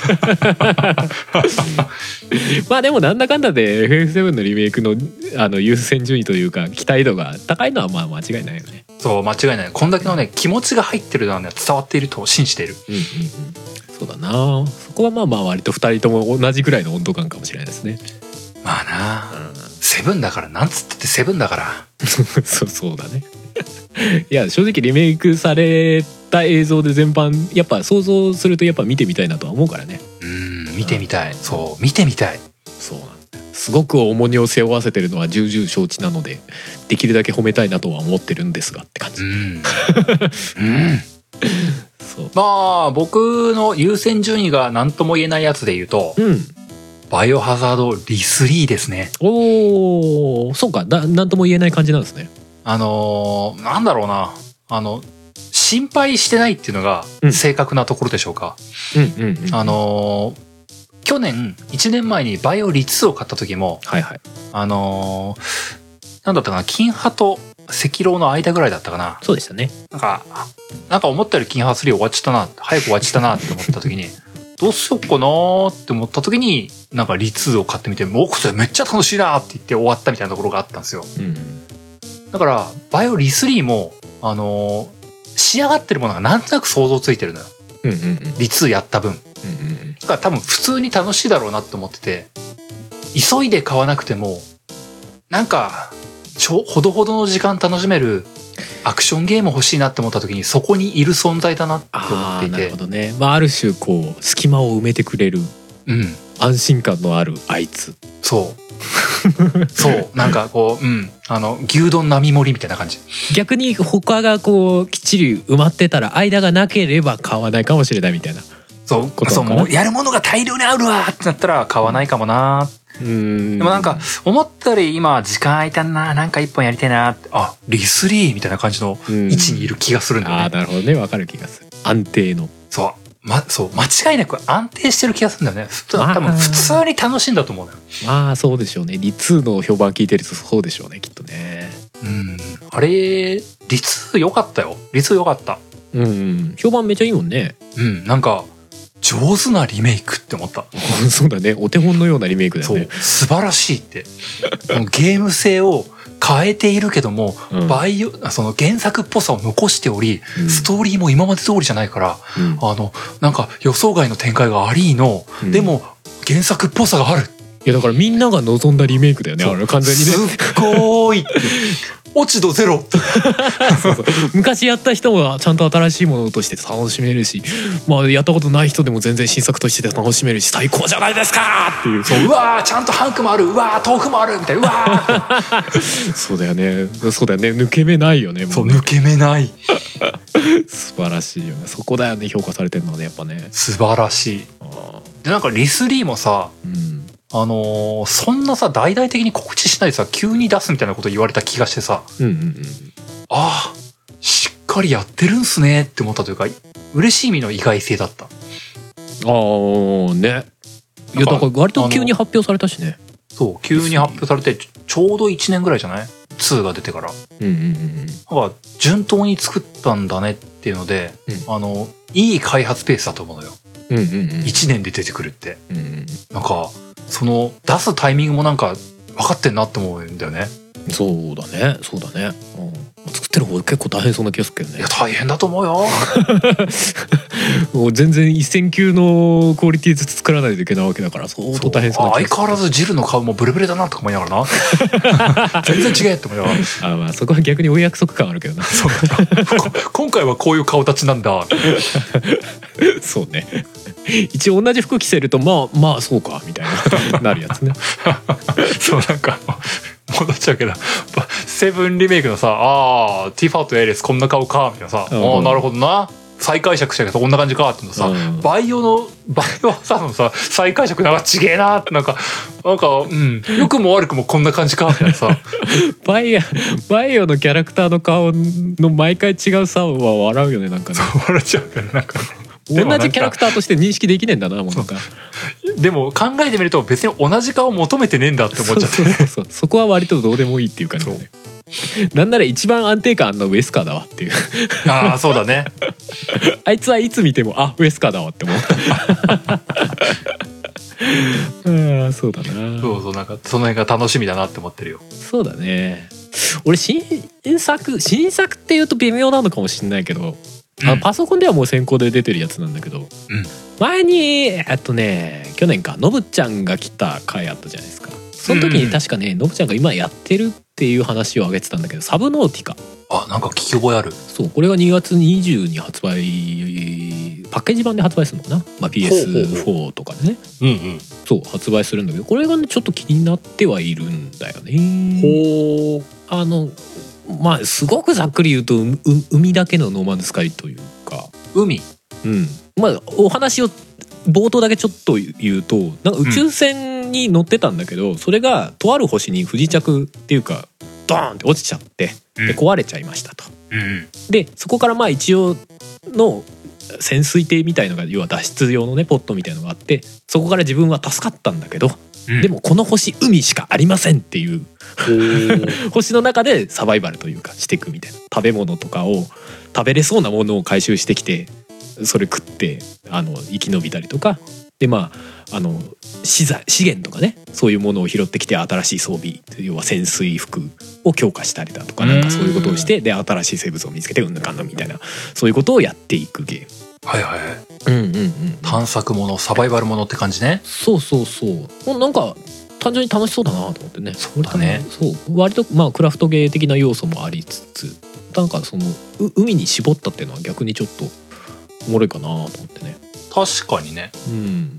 まあでもなんだかんだで エフエフセブン のリメイクのあの優先順位というか期待度が高いのはまあ間違いないよね。 そう間違いない。こんだけのね気持ちが入ってるのはね伝わっていると信じている、うんうんうん、 そうだな。そこはまあまあ割とふたりとも同じぐらいの温度感かもしれないですね。 まあな、うん、セブンだからなんつったってセブンだからそうそうだねいや正直リメイクされた映像で全般やっぱ想像するとやっぱ見てみたいなとは思うからね。 うん見てみたい、うん、そう見てみたい。 そうなんだ。すごく重荷を背負わせてるのは重々承知なのでできるだけ褒めたいなとは思ってるんですがって感じ。うん、うんそうまあ僕の優先順位が何とも言えないやつで言うと、うん、バイオハザードリスリーですね。 おーそうかな。何とも言えない感じなんですね。 あのー、なんだろうなあの心配してないっていうのが正確なところでしょうか。うんうんうんうん、あのー、去年いちねんまえにバイオリツーを買った時も、はいはい、あのー、なんだったかな金ハと赤狼の間ぐらいだったかな。 そうでしたね。 なんかなんか思ったより金ハスリー終わっちゃったな早く終わっちゃったなって思った時にどうしよっかなって思った時になんかリツーを買ってみてもうこれめっちゃ楽しいなって言って終わったみたいなところがあったんですよ、うん、だからバイオリスリーもあのー、仕上がってるものがなんとなく想像ついてるのよ、うんうんうん、リツーやった分、うんうん、だから多分普通に楽しいだろうなって思ってて急いで買わなくてもなんかちょほどほどの時間楽しめるアクションゲーム欲しいなって思った時にそこにいる存在だなって思っていて。 あ、なるほどね。まあ、ある種こう隙間を埋めてくれる、うん、安心感のあるあいつ。 そうそうなんかこう、うん、あの牛丼並盛りみたいな感じ。 逆に他がこうきっちり埋まってたら間がなければ買わないかもしれないみたいな。 そうことそうもうやるものが大量にあるわってなったら買わないかもな。うんでもなんか思ったより今時間空いたななんか一本やりたいなってあリスリーみたいな感じの位置にいる気がするんだよね。 あなるほどねわかる気がする。安定のそう、ま、そう間違いなく安定してる気がするんだよね。多分普通に楽しいんだと思うのよ。 まあそうでしょうね。リツーの評判聞いてるとそうでしょうねきっとね。 うんあれリツー良かったよ。リツー良かった。 うん、うん、評判めっちゃいいもんね。 うんなんか上手なリメイクって思ったそうだねお手本のようなリメイクだよね。 そう素晴らしいってゲーム性を変えているけども、うん、バイオその原作っぽさを残しており、うん、ストーリーも今まで通りじゃないから、うん、あのなんか予想外の展開がありの、うん、でも原作っぽさがあるいやだからみんなが望んだリメイクだよね、あれ完全にね。 すっごーい落ち度ゼロそうそう昔やった人もちゃんと新しいものとして楽しめるし、まあやったことない人でも全然新作として楽しめるし最高じゃないですかっていう。 そううわーちゃんとハンクもある、うわー豆腐もあるみたいな、うわーそうだよね、そうだよね、抜け目ないよね。もそうね抜け目ない素晴らしいよね。そこだよね、評価されてるのはねやっぱね。 素晴らしい。 あでなんかリスリーもさ、 うんあのー、そんなさ大々的に告知しないでさ急に出すみたいなこと言われた気がしてさ、 うんうんうん、 ああしっかりやってるんすねって思ったというか、嬉しい意味の意外性だった。 ああね、いやだから割と急に発表されたしね。 そう急に発表されてちょうどいちねんぐらいじゃない、ツーが出てから。 うんうんうんうん、 なんか順当に作ったんだねっていうので、うん、あのいい開発ペースだと思うのよ、うんうんうん、いちねんで出てくるって、うんうん、なんかその出すタイミングもなんか分かってんなって思うんだよね。 そうだねそうだね、うん、作ってる方結構大変そうな気がするけどね。 いや大変だと思うよもう全然一線級のクオリティずつ作らないといけないわけだから相当大変そうな気がする。 相変わらずジルの顔もブルブルだなとか思いながらな全然違えって思いながらあ、まあそこは逆にお約束感あるけどなそう今回はこういう顔立ちなんだそうね一応同じ服着せるとまあまあそうかみたいななるやつねそうなんか戻っちゃうけどセブンリメイクのさ、あーティファとエレスこんな顔かみたいなさ、うん、ああなるほどな再解釈したけどこんな感じかっていうのさ、うん、バイオのバイオさんのさ再解釈なんかちげえなってなんかなんかうん良くも悪くもこんな感じかみたいなさバイオバイオのキャラクターの顔の毎回違うさは笑うよねなんかね。 そう笑っちゃうからなんか同じキャラクターとして認識できねえんだなもうなんか。 でも考えてみると別に同じ顔求めてねえんだって思っちゃって、ね、 そうそうそうそこは割とどうでもいいっていう感じだね。なんなら一番安定感あんのウェスカーだわっていうああそうだねあいつはいつ見てもあウェスカーだわって思うあそうだな。 そうそうなんかその辺が楽しみだなって思ってるよ。 そうだね。俺新作新作っていうと微妙なのかもしれないけど、あのパソコンではもう先行で出てるやつなんだけど、うん、前にえっとね去年かのぶちゃんが来た回あったじゃないですか。その時に確かねのぶちゃんが今やってるっていう話を挙げてたんだけど、サブノーティカ。 あなんか聞き覚えある。そうこれがにがつにじゅうに発売パッケージ版で発売するのかな、まあ、ピーエスフォー とかでね、うんうん、そう発売するんだけど、これがねちょっと気になってはいるんだよね。ほうあのまあすごくざっくり言うとう海だけのノーマンズスカイというか海、 うんまあお話を冒頭だけちょっと言うとなんか宇宙船に乗ってたんだけど、うん、それがとある星に不時着っていうかドーンって落ちちゃってで壊れちゃいましたと、うん、でそこからまあ一応の潜水艇みたいのが要は脱出用のねポットみたいのがあってそこから自分は助かったんだけど、うん、でもこの星海しかありませんっていう星の中でサバイバルというかしていくみたいな、食べ物とかを食べれそうなものを回収してきてそれ食ってあの生き延びたりとかで、まああの資材資源とかねそういうものを拾ってきて新しい装備要は潜水服を強化したりだとかなんかそういうことをしてで新しい生物を見つけてうんぬかんぬみたいなそういうことをやっていくゲーム。 はいはいはい。うんうんうん。探索ものサバイバルものって感じね。 そうそうそうなんか単純に楽しそうだなと思ってね。 そうだね。 そう割とまあクラフトゲー的な要素もありつつなんかその海に絞ったっていうのは逆にちょっとおもろいかなと思ってね。 確かにね、 うん、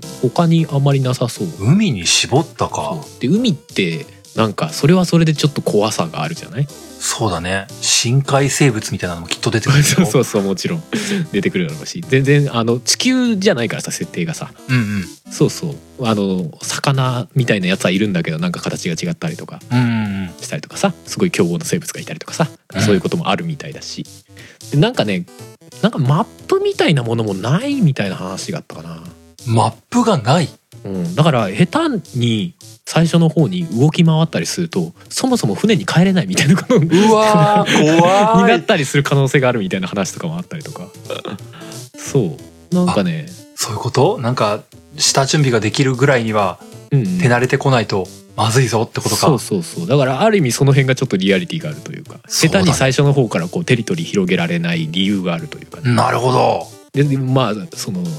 他にあまりなさそう。 海に絞ったか。 で海ってなんかそれはそれでちょっと怖さがあるじゃない。 そうだね深海生物みたいなのもきっと出てくるよそうそうそうもちろん出てくるだろうし全然あの地球じゃないからさ設定がさ、うんうん、そうそうあの魚みたいなやつはいるんだけどなんか形が違ったりとかしたりとかさすごい凶暴な生物がいたりとかさ、うん、そういうこともあるみたいだしでなんかねなんかマップみたいなものもないみたいな話があったかな。 マップがない、 うん、だから下手に最初の方に動き回ったりするとそもそも船に帰れないみたいなことうわー怖いになったりする可能性があるみたいな話とかもあったりとかそうなんかねそういうことなんか下準備ができるぐらいには手慣れてこないとまずいぞってことか、 うん、そうそうそうだからある意味その辺がちょっとリアリティがあるというか下手に最初の方からこうテリトリー広げられない理由があるというか、ね、 なるほど。 でまあその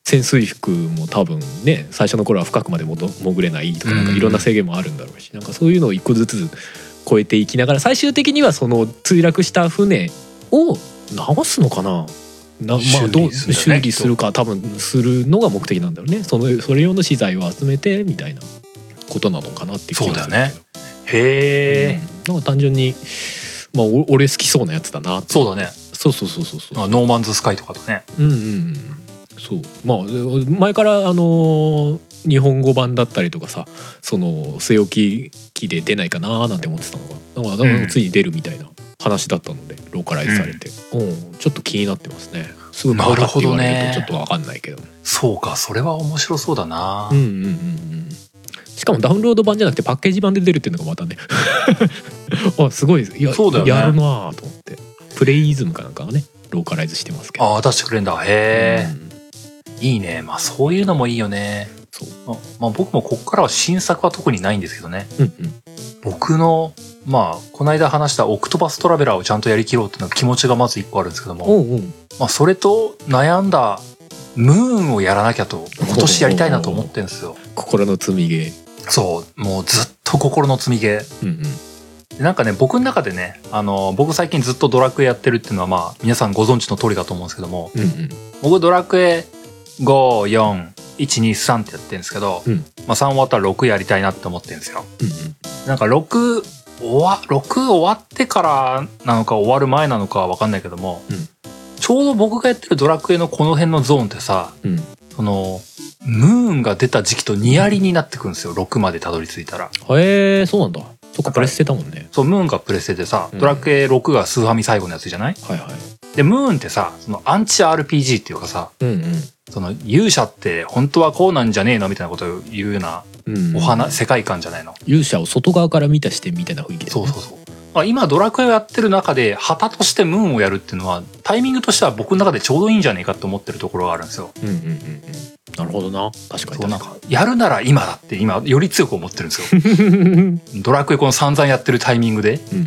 潜水服も多分ね最初の頃は深くまでもど潜れないとか、なんかいろんな制限もあるんだろうし、なんかそういうのを一個ずつ超えていきながら最終的にはその墜落した船を直すのかな、な、まあ、どう修理するんだよね修理するか多分するのが目的なんだろうね。そのそれ用の資材を集めてみたいなことなのかなっていう気がするけど。 そうだよね。へえ、 うん、なんか単純に、まあ、お俺好きそうなやつだな。 そうだね。 そうそうそうそうそう。 あノーマンズスカイとかとね。 うんうんうん。そう。まあ前からあの日本語版だったりとかさ、その据え置き機で出ないかななんて思ってたのが、だからついに出るみたいな話だったので、ローカライズされて、うん、ちょっと気になってますね。すぐ買うかって言われるとちょっとわかんないけど。 そうか、それは面白そうだな。 うんうんうんうん。しかもダウンロード版じゃなくてパッケージ版で出るっていうのがまたねあすごいや、 そうだよね、 やるなと思って。プレイイズムかなんかはねローカライズしてますけど。 ああ出してくれんだ。へえ、 うん、 いいね。まあそういうのもいいよね。 そう、 ままあ僕もこっからは新作は特にないんですけどね。 うんうん、 僕のまあこの間話したオクトパストラベラーをちゃんとやりきろうっていうのは気持ちがまず一個あるんですけども、 おうおう、 まあそれと悩んだムーンをやらなきゃと今年やりたいなと思ってるんですよ。 心の積み毛。 そうもうずっと心の積み毛。 うんうん、 でなんかね僕の中でね、あの僕最近ずっとドラクエやってるっていうのはまあ皆さんご存知の通りだと思うんですけども、 うんうん、 僕ドラクエご、よん、いち、に、さんってやってるんですけど、 うん、 まあさん終わったらろくやりたいなって思ってるんですよ。 うんうん、 なんかろく終わろく終わってからなのか終わる前なのかは分かんないけども、うん、ちょうど僕がやってるドラクエのこの辺のゾーンってさ、うん、そのムーンが出た時期とニアリになってくるんですよ。ろくまでたどり着いたら。 へえ、そうなんだ。そっか、プレステだもんね。 そう、ムーンがプレステでさ、ドラクエろくがスーファミ最後のやつじゃない？はいはい。でムーンってさ、そのアンチ アールピージー っていうかさ、うんうん、その勇者って本当はこうなんじゃねえのみたいなことを言うようなお話、うん、世界観じゃないの。 勇者を外側から見た視点みたいな雰囲気で、ね、 そうそうそう。今ドラクエをやってる中で旗としてムーンをやるっていうのはタイミングとしては僕の中でちょうどいいんじゃねえかって思ってるところがあるんですよ。うんうんうんうん。 なるほどな。確かに。 そうなんかやるなら今だって今より強く思ってるんですよ。ドラクエこの散々やってるタイミングで、うんうん、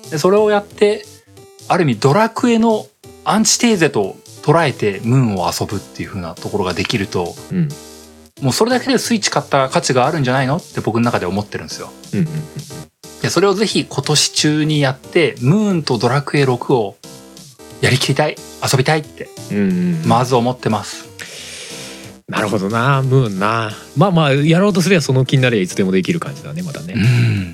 でそれをやってある意味ドラクエのアンチテーゼと捉えてムーンを遊ぶっていう風なところができると、うん、もうそれだけでスイッチ買った価値があるんじゃないのって僕の中で思ってるんですよ。うんうんうん、でそれをぜひ今年中にやってムーンとドラクエろくをやりきりたい、遊びたいって、うんうんうん、まず思ってます。 なるほどな、ムーンな。まあまあやろうとすればその気になればいつでもできる感じだね、まだね。うん、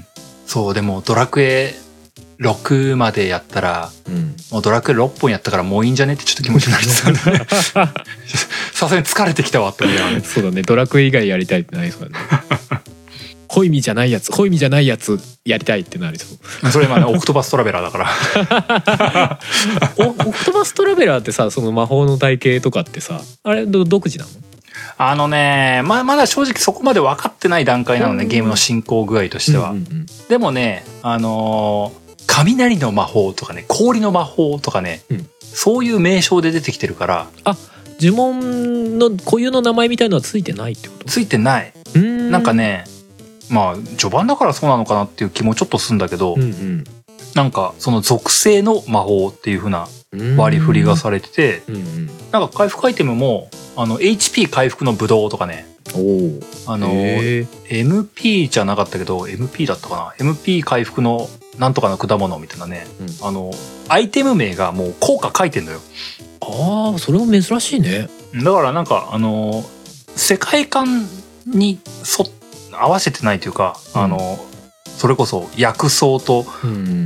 そうでもドラクエろくまでやったら、うん、もうドラクエろっぽんやったからもういいんじゃねってちょっと気持ちになりそうだね。さすがに疲れてきたわって思いながら。 そうだね、ドラクエ以外やりたいってなりそうだね。ホイミじゃないやつ、ホイミじゃないやつやりたいってなりそう。 それ今ねオクトパストラベラーだからお。オクトパストラベラーってさ、その魔法の体系とかってさ、あれ独自なの？ あのね、ままだ正直そこまで分かってない段階なのね、ゲームの進行具合としては。うんうんうん、でもね、あのー。雷の魔法とかね、氷の魔法とかね、うん、そういう名称で出てきてるから。 あ、呪文の固有の名前みたいのはついてないってこと？ ついてない。んなんかね、まあ序盤だからそうなのかなっていう気もちょっとするんだけど、うんうん、なんかその属性の魔法っていう風な割り振りがされてて、うんうん、なんか回復アイテムもあの エイチピー 回復のブドウとかね、おあの エムピー じゃなかったけど エムピー だったかな、 エムピー 回復のなんとかの果物みたいなね、うん、あのアイテム名がもう効果書いてんのよ。 ああ、それも珍しいね。 だからなんかあの世界観にそ合わせてないというか、うん、あのそれこそ薬草と、うん、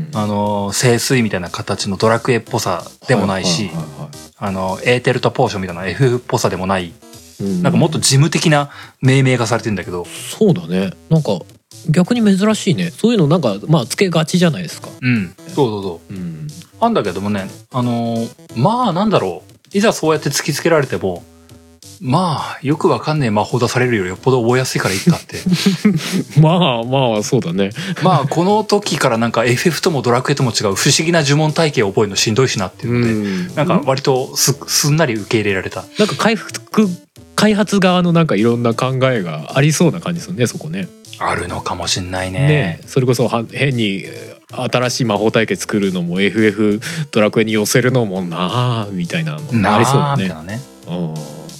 あの聖水みたいな形のドラクエっぽさでもないし、あのエーテルとポーションみたいな エフエフ っぽさでもない、うん、なんかもっと事務的な命名がされてるんだけど。 そうだね、なんか逆に珍しいね。そういうのなんかまあつけがちじゃないですか。 うん、そうそうそう。うん、あんだけどもね、あのー、まあなんだろう、いざそうやって突きつけられても、まあよくわかんねえ魔法出されるよりよっぽど覚えやすいからいいかって。 まあまあそうだね。まあこの時からなんか エフエフ ともドラクエとも違う不思議な呪文体系を覚えるのしんどいしなっていうので、うん、なんか割と す, すんなり受け入れられた。 なんか回復開発側のなんかいろんな考えがありそうな感じですよね、そこね。 あるのかもしんない ね, ね。それこそ変に新しい魔法体系作るのも エフエフ ドラクエに寄せるのもなあみたいなのありそうだね。なあみたいなね。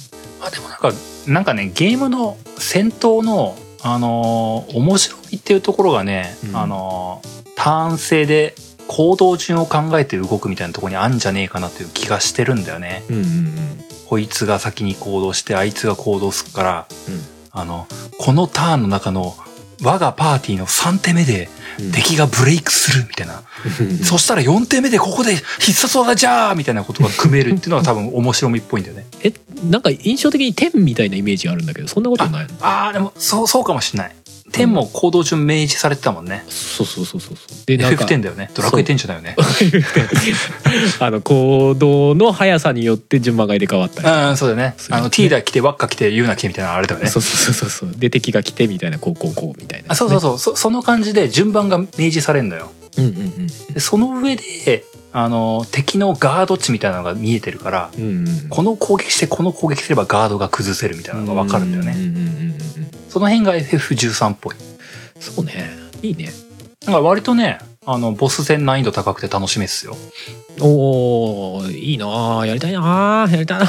まあでもなんかなんかねゲームの戦闘のあのー、面白いっていうところがね、うん、あのー、ターン制で行動順を考えて動くみたいなところにあんじゃねえかなっていう気がしてるんだよね、うんうんうん、こいつが先に行動してあいつが行動するから、うん、あのこのターンの中の我がパーティーのさん手目で敵がブレイクするみたいな、うん、そしたらよん手目でここで必殺技じゃーみたいなことが組めるっていうのが多分面白みっぽいんだよね。 え、なんか印象的に天みたいなイメージがあるんだけどそんなことないの？ ああでもそうそうかもしれない。天も行動順明示されてたもんね、うん、 そうそうそうそうでなんか エフエフテン だよね。ドラクエテンじゃないよねあの行動の速さによって順番が入れ替わったり、 うんそうだよね。あの T だ来てワッカ来てユーナ来てみたいなあれだよね。 そうそうそうそうで敵が来てみたいなこうこうこうみたいな、ね、 あそうそうそうそ, その感じで順番が明示されるんだよ、うんうんうん、でその上であの敵のガード値みたいなのが見えてるから、うんうん、この攻撃してこの攻撃すればガードが崩せるみたいなのが分かるんだよね、うんうんうんうん、その辺が エフエフじゅうさん っぽい。 そうねいいね。 なんか割とねあのボス戦難易度高くて楽しめっすよ。 おーいいなやりたいなやりたいな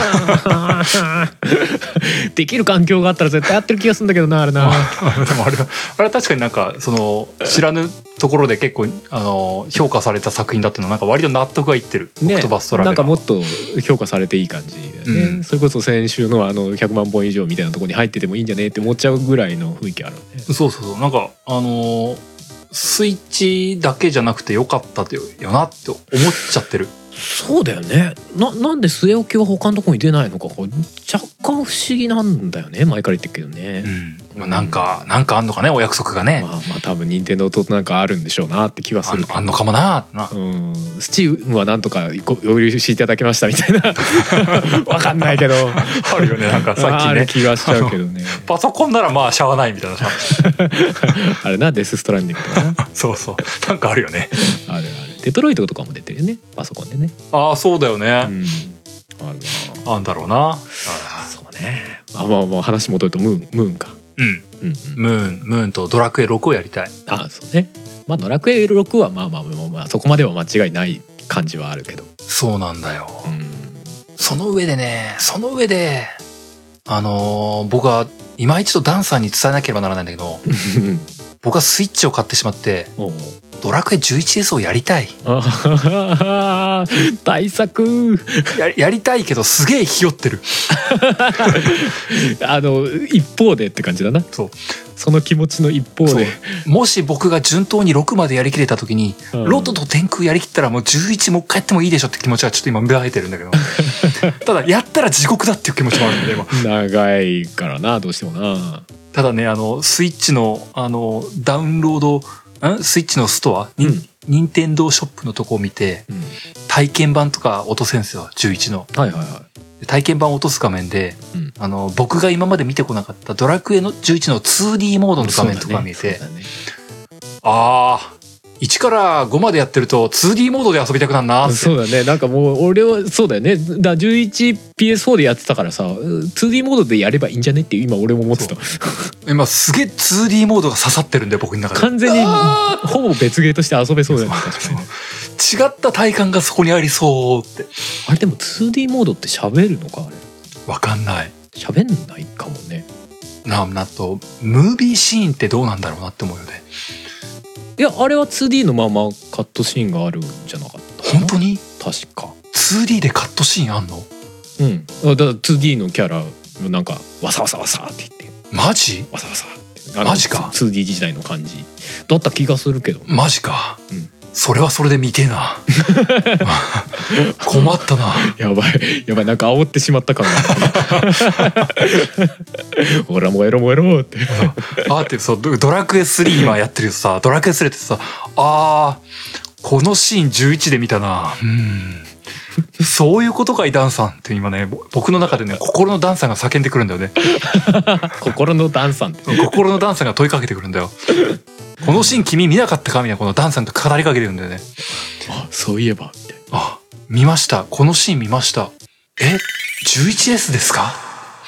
できる環境があったら絶対やってる気がするんだけどなあれなでもあれはあれは確かになんかその知らぬところで結構あの評価された作品だっていうのはなんか割と納得がいってる、ね、オクトバストラベラーなんかもっと評価されていい感じだよね、うん、それこそ先週のあのひゃくまんぽん以上みたいなところに入っててもいいんじゃねえって思っちゃうぐらいの雰囲気あるね。 そうそうそうなんかあのースイッチだけじゃなくてよかったよなって思っちゃってる。 そうだよね。な, なんで据え置きは他のところに出ないのか若干不思議なんだよね。前から言ってるけどね、 うんまあ、なんか、うん、なんかあんのかねお約束がね。 まあまあ多分任天堂となんかあるんでしょうなって気はするけど。 あんのかもなな、 うん、スチームはなんとかご許しいただきましたみたいなわかんないけどあるよねなんか最近ねある気がしちゃうけどねパソコンならまあしゃあないみたいなさあれなデスストランディングとかなそうそうなんかあるよねあるあるデトロイトとかも出てるよねパソコンでね。 ああそうだよね、うん、あるなあんだろうな。あそうね。あまあまあ話戻るとムーンムーンか、 うん、うんうん、ムーンムーンとドラクエろくをやりたい。 あそうね。まあドラクエろくはまあまあまあ、まあ、そこまでは間違いない感じはあるけど。 そうなんだよ、うん、その上でねその上であのー、僕は今一度ダンサーに伝えなければならないんだけど僕はスイッチを買ってしまっておうドラクエ じゅういちエス をやりたい。 大作や, やりたいけどすげえひよってるあの一方でって感じだな。そうその気持ちの一方でもし僕が順当にろくまでやりきれた時に、うん、ロトと天空やりきったらもうじゅういちもう一回やってもいいでしょって気持ちがちょっと今芽生えてるんだけどただやったら地獄だっていう気持ちもあるんで今長いからなどうしてもな。 ただねあのスイッチのあのダウンロードんスイッチのストア、うん、任天堂ショップのとこを見て、うん、体験版とか落とせんすよじゅういちの、はいはいはい、体験版を落とす画面で、うん、あの僕が今まで見てこなかったドラクエのじゅういちの ツーディー モードの画面とか見えて、ねね、あーいちからごまでやってると ツーディー モードで遊びたくなるなって。 そうだねなんかもう俺はそうだよねだ じゅういちピーエスフォー でやってたからさ ツーディー モードでやればいいんじゃねって今俺も思ってた今すげえ ツーディー モードが刺さってるんで僕の中で完全にほぼ別ゲーとして遊べそうだよね確かに違った体感がそこにありそうって。 あれでも ツーディー モードって喋るのかあれわかんない。 喋んないかもね。 ななとムービーシーンってどうなんだろうなって思うよね。 いやあれは ツーディー のままカットシーンがあるんじゃなかった本当に確かツーディー でカットシーンあんの。 うんだから ツーディー のキャラなんかわさわさわさって言ってマジわさわさってマジかツーディー 時代の感じだった気がするけど、ね、 マジか、うんそれはそれで見てえな困ったな。 やばいやばいなんか煽ってしまった感がほら燃えろ燃えろってあってそうドラクエスリー今やってるよさドラクエスリーってさあーこのシーンじゅういちで見たなうんそういうことかいダンさんって今ね僕の中でね心のダンさんが叫んでくるんだよね心のダンさんって心のダンさんが問いかけてくるんだよこのシーン君見なかったかみたいなこのダンさんと語りかけてるんだよね。 あそういえばみたいな。 あ見ましたこのシーン見ました。え じゅういちエス ですか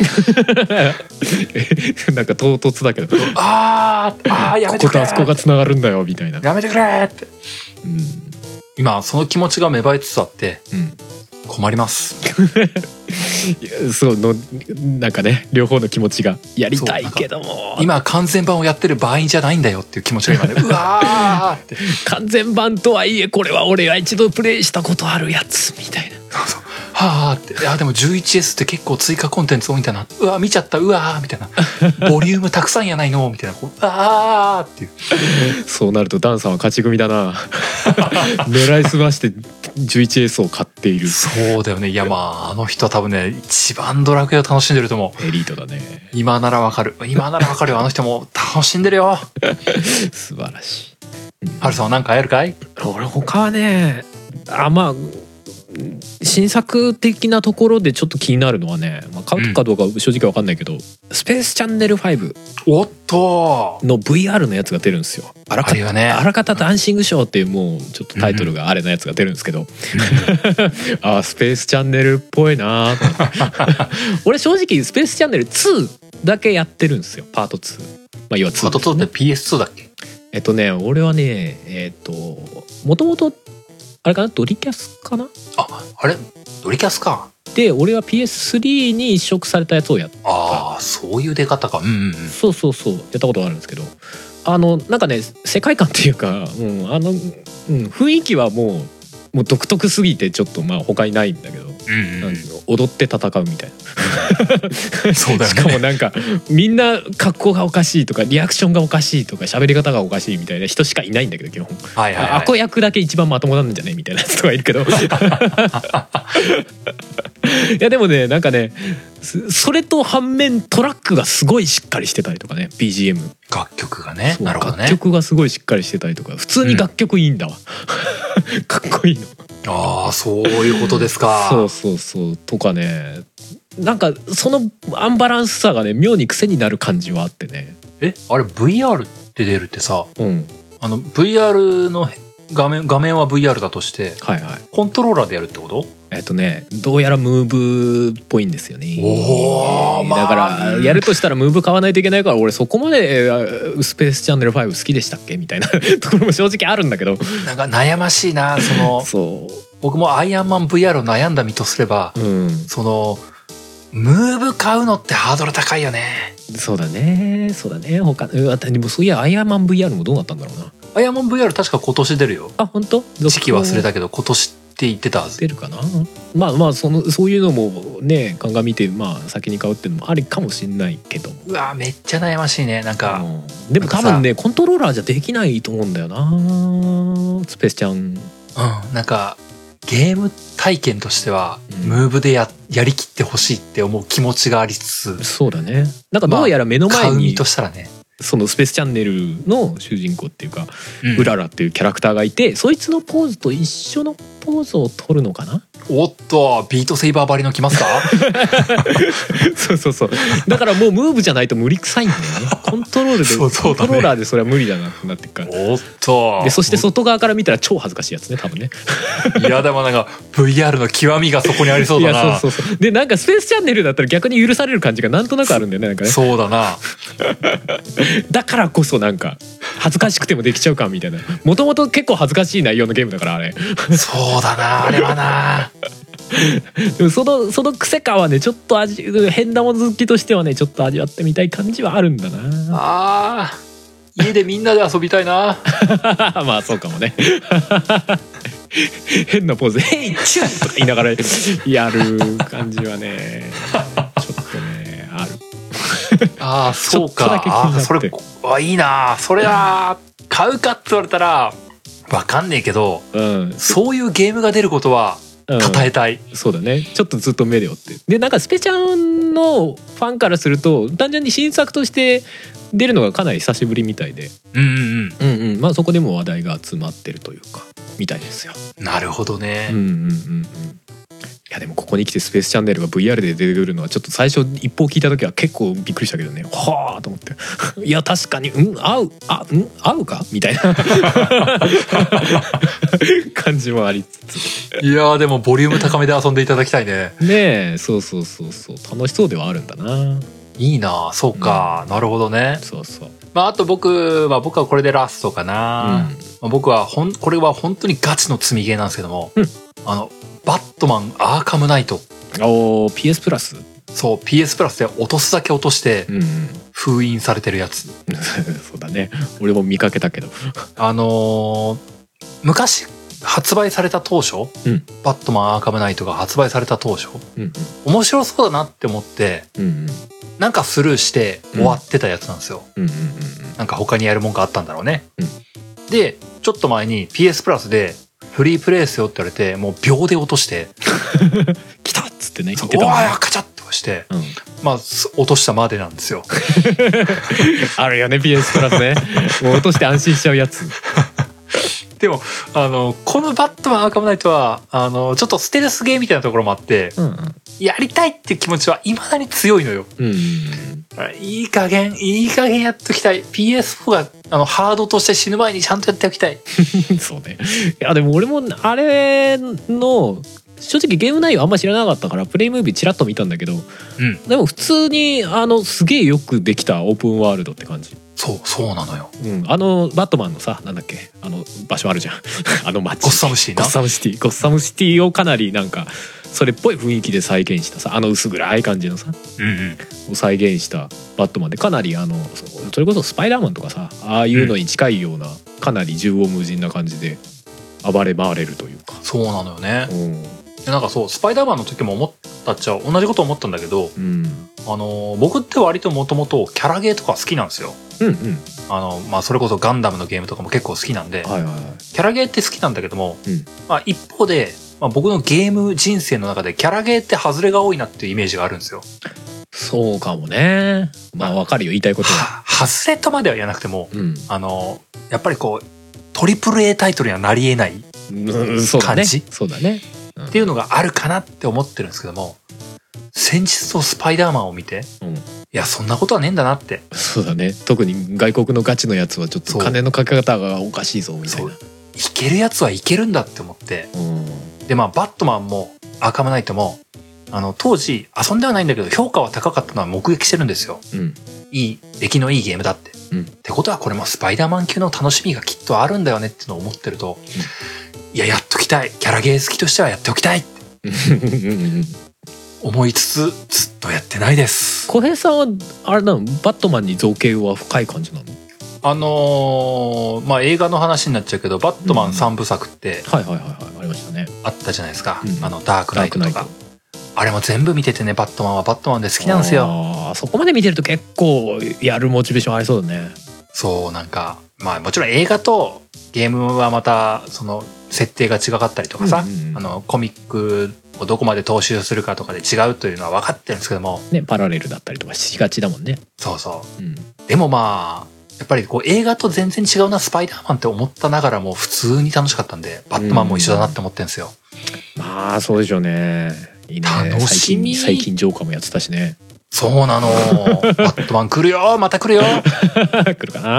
なんか唐突だけどあーあーやめてくれこことあそこがつながるんだよみたいなやめてくれって、うん、今その気持ちが芽生えつつあって、うん、困りますそうのなんかね両方の気持ちがやりたいけども今完全版をやってる場合じゃないんだよっていう気持ちが今ねうわーって完全版とはいえこれは俺が一度プレイしたことあるやつみたいな。 そうそうはあっていやでも じゅういちエス って結構追加コンテンツ多いんだなうわ見ちゃったうわーみたいなボリュームたくさんやないのみたいなこうあーっていうそうなるとダンさんは勝ち組だな狙いすまして じゅういちエス を買っている。 そうだよね。いやまああの人は多分ね一番ドラクエを楽しんでると思う。 エリートだね。 今ならわかる今ならわかるよあの人も楽しんでるよ素晴らしい。 ハルさんは何か会えるかい？ 俺他はねあまあ新作的なところでちょっと気になるのはね、まあ、買うかどうか正直わかんないけど、うん、スペースチャンネルファイブおっとの ブイアール のやつが出るんですよ。あらかた、ね、あらかたダンシングショーっていうもうちょっとタイトルがあれのやつが出るんですけど、うん、あスペースチャンネルっぽいな俺正直スペースチャンネルツーだけやってるんですよパートツー、まあ、要はツーですね。 パートツーって ピーエスツー だっけ？ えっとね俺はねえっともともとあれかなドリキャスかなああれドリキャスかで俺は ピーエススリー に移植されたやつをやった。 ああそういう出方か。うんうんうんそうそうそうやったことがあるんですけどあのなんかね世界観っていうか、うん、あの、うん、雰囲気はもうもう独特すぎてちょっとまあ他にないんだけど、うんうん、踊って戦うみたいなそうだよね。しかもなんかみんな格好がおかしいとかリアクションがおかしいとか喋り方がおかしいみたいな人しかいないんだけど基本、はいはいはい、アコ役だけ一番まともなんじゃねみたいな人がいるけどいやでもねなんかねそれと反面トラックがすごいしっかりしてたりとかね ビージーエム楽曲がねなるほどね楽曲がすごいしっかりしてたりとか普通に楽曲いいんだわ、うん、かっこいいの。 ああそういうことですか。 そうそうそうとかねなんかそのアンバランスさがね妙に癖になる感じはあってね。 えあれ ブイアール って出るってさ、 うん、 あの ブイアール の画面画面は ブイアール だとして、 はいはい、 コントローラーでやるってこと？ えっとねどうやらムーブっぽいんですよね。 おー、 だからやるとしたらムーブ買わないといけないから俺そこまでスペースチャンネルファイブ好きでしたっけみたいなところも正直あるんだけどなんか悩ましいなそのそう僕もアイアンマン ブイアール を悩んだ身とすれば、うん、そのムーブ買うのってハードル高いよね。 そうだねそうだね他でもそういやアイアンマン ブイアール もどうなったんだろうな。 アイアンマン ブイアール 確か今年出るよ。 あ本当？ 時期忘れたけど今年って言ってたはず。 出るかな。まあまあそのそういうのもね鑑みてまあ先に買うっていうのもありかもしれないけど。 うわめっちゃ悩ましいねなんか、うん、 でも多分ねコントローラーじゃできないと思うんだよなスペースちゃん。うんなんかゲーム体験としては、うん、ムーブで や, やりきってほしいって思う気持ちがありつつ。 そうだねなんかどうやら目の前に、まあ、買う身としたらねそのスペースチャンネルの主人公っていうか、うん、うららっていうキャラクターがいてそいつのポーズと一緒のポーズを取るのかな。 おっとビートセイバーばりのきますかそうそうそうだからもうムーブじゃないと無理くさいんだよねコントロールでそうそう、ね、 コントローラーでそれは無理だなってなってるから。 おっとでそして外側から見たら超恥ずかしいやつね多分ねいやでもなんか ブイアール の極みがそこにありそうだな。 いやそうそうそうでなんかスペースチャンネルだったら逆に許される感じがなんとなくあるんだよねなんかね。 そうだなだからこそなんか恥ずかしくてもできちゃうかみたいなもともと結構恥ずかしい内容のゲームだからあれそうだなあれはなでもそのその癖感はねちょっと味変なもの好きとしてはねちょっと味わってみたい感じはあるんだな。 あー家でみんなで遊びたいなまあそうかもね変なポーズ「ヘイチュー!」とか言いながらやる感じはねちょっとねあるああそうかあそれあいいなそれは買うかって言われたら分かんねえけど、うん、そういうゲームが出ることは称えたい、 うん、そうだねちょっとずっと目で追ってでなんかスペチャンのファンからすると単純に新作として出るのがかなり久しぶりみたいでうんうんうんうんうんまあそこでも話題が集まってるというかみたいですよ。 なるほどね。 うんうんうんうんいやでもここに来てスペースチャンネルが ブイアール で出てくるのはちょっと最初一報聞いた時は結構びっくりしたけどねはあと思っていや確かにうん合うあうん合うかみたいな感じもありつついやでもボリューム高めで遊んでいただきたいね。 ねえそうそうそうそう楽しそうではあるんだな。 いいなそうか、うん、なるほどね。 そうそうまああと僕は僕はこれでラストかな、うんまあ、僕はほんこれは本当にガチの積みゲーなんですけども、うん、あのバットマンアーカムナイトっおー ピーエス プラスそう ピーエス プラスで落とすだけ落としてうん、うん、 封印されてるやつ。 そうだね俺も見かけたけどあのー、昔発売された当初、 うん、 バットマンアーカムナイトが発売された当初、 うんうん、 面白そうだなって思って、 うんうん、 なんかスルーして終わってたやつなんですよ、 うんうんうんうん、 なんか他にやるもんがあったんだろうね、 うん、 でちょっと前に ピーエス プラスでフリープレイですよって言われてもう秒で落として来たっつってね言ってたもんね。 てたもんね。 カチャッと押して、うん、まあ落としたまでなんですよあるよね ピーエス プラスねもう落として安心しちゃうやつでもあのこのバットマンアーカムナイトはあのちょっとステルスゲーみたいなところもあって、うんうん、やりたいっていう気持ちは未だに強いのよ、うんうん、いい加減いい加減やっときたい。 ピーエスフォー があのハードとして死ぬ前にちゃんとやっておきたいそうね。いやでも俺もあれの正直ゲーム内容あんま知らなかったからプレイムービーチラッと見たんだけど、うん、でも普通にあのすげえよくできたオープンワールドって感じ。 そうそうなのよ、 うん、あのバットマンのさなんだっけあの場所あるじゃんあの街ゴッサムシティなゴッサムシティゴッサムシティをかなりなんかそれっぽい雰囲気で再現したさあの薄暗い感じのさ、うんうん、を再現したバットマンでかなりあのそれこそスパイダーマンとかさああいうのに近いような、うん、かなり縦横無尽な感じで暴れ回れるというか。 そうなのよね、うんでなんかそうスパイダーマンの時も思ったっちゃ同じこと思ったんだけど、うん、あの僕って割ともともとキャラゲーとか好きなんですよ、うんうん、あのまあ、それこそガンダムのゲームとかも結構好きなんで、はいはいはい、キャラゲーって好きなんだけども、うんまあ、一方で、まあ、僕のゲーム人生の中でキャラゲーってハズレが多いなっていうイメージがあるんですよ。 そうかもね。まあわかるよ言いたいことは。 ハズレとまでは言わなくても、うん、あのやっぱりこうトリプル A タイトルにはなり得ない感じ、 うん、そうだね。そうだねっていうのがあるかなって思ってるんですけども先日のスパイダーマンを見て、うん、いやそんなことはねえんだなって。 そうだね特に外国のガチのやつはちょっと金のかけ方がおかしいぞみたいな。いけるやつはいけるんだって思って、うん、でまあバットマンもアーカムナイトもあの当時遊んではないんだけど評価は高かったのは目撃してるんですよ、うん、いい出来のいいゲームだって、うん、ってことはこれもスパイダーマン級の楽しみがきっとあるんだよねっていうのを思ってると、うん、いややっときたいキャラゲー好きとしてはやっておきたいって思いつつずっとやってないです。 小平さんはあれなのバットマンに造形は深い感じなの？ あのー、まあ映画の話になっちゃうけどバットマンさんぶさくって、 うん、はいはいはいはいありましたね。 あったじゃないですか、うん、あのダークナイトとかあれも全部見ててねバットマンはバットマンで好きなんですよ。 あそこまで見てると結構やるモチベーションありそうだね。 そうなんかまあもちろん映画とゲームはまたその設定が違かったりとかさ、うんうん、あのコミックをどこまで踏襲するかとかで違うというのは分かってるんですけども、 ね、パラレルだったりとかしがちだもんね。 そうそう、うん、でもまあやっぱりこう映画と全然違うなスパイダーマンって思ったながらも普通に楽しかったんでバットマンも一緒だなって思ってるんですよ、 うん、まあそうでしょうね。いいね楽しみ。最近最近ジョーカーもやってたしね。 そうなのバットマン来るよまた来るよ来るか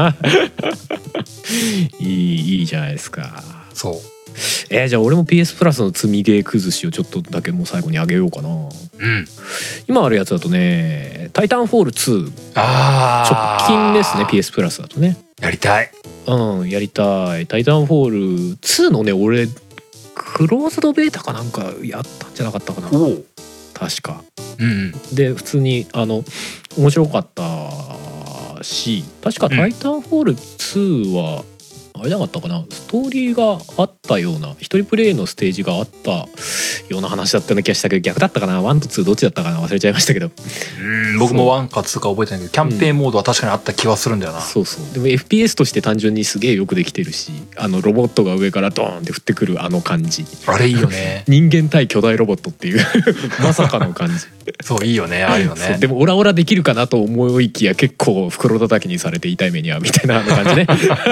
ないいいいじゃないですか。 そうえー、じゃあ俺も ピーエス プラスの積みゲー崩しをちょっとだけもう最後にあげようかな、うん、今あるやつだとねタイタンフォールツーあ直近ですね ピーエス プラスだとね。 やりたいうんやりたい。タイタンフォールツーのね俺クローズドベータかなんかやったんじゃなかったかな確か、うん、で普通にあの面白かったし確かタイタンフォールツーは、うん、あれなかったかなストーリーがあったような一人プレイのステージがあったような話だったような気がしたけど逆だったかなワンとツーどっちだったかな忘れちゃいましたけどうん僕もワンかツーか覚えてないけどキャンペーンモードは確かにあった気はするんだよな、うん、 そうそうでも エフピーエス として単純にすげえよくできてるしあのロボットが上からドーンって降ってくるあの感じあれいいよね人間対巨大ロボットっていうまさかの感じそういいよねあるよね。 でもオラオラできるかなと思いきや結構袋叩きにされて痛い目にはみたいな感じね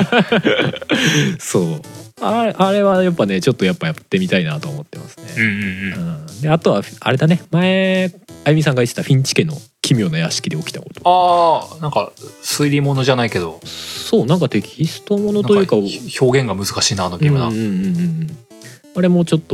そうあれ、あれはやっぱねちょっとやっぱやってみたいなと思ってますね、うんうんうん、であとはあれだね前あゆみさんが言ってたフィンチ家の奇妙な屋敷で起きたこと。 ああなんか推理物じゃないけどそうなんかテキストものというか表現が難しいなあのゲームな、うんうんうんうん、 あれもちょっと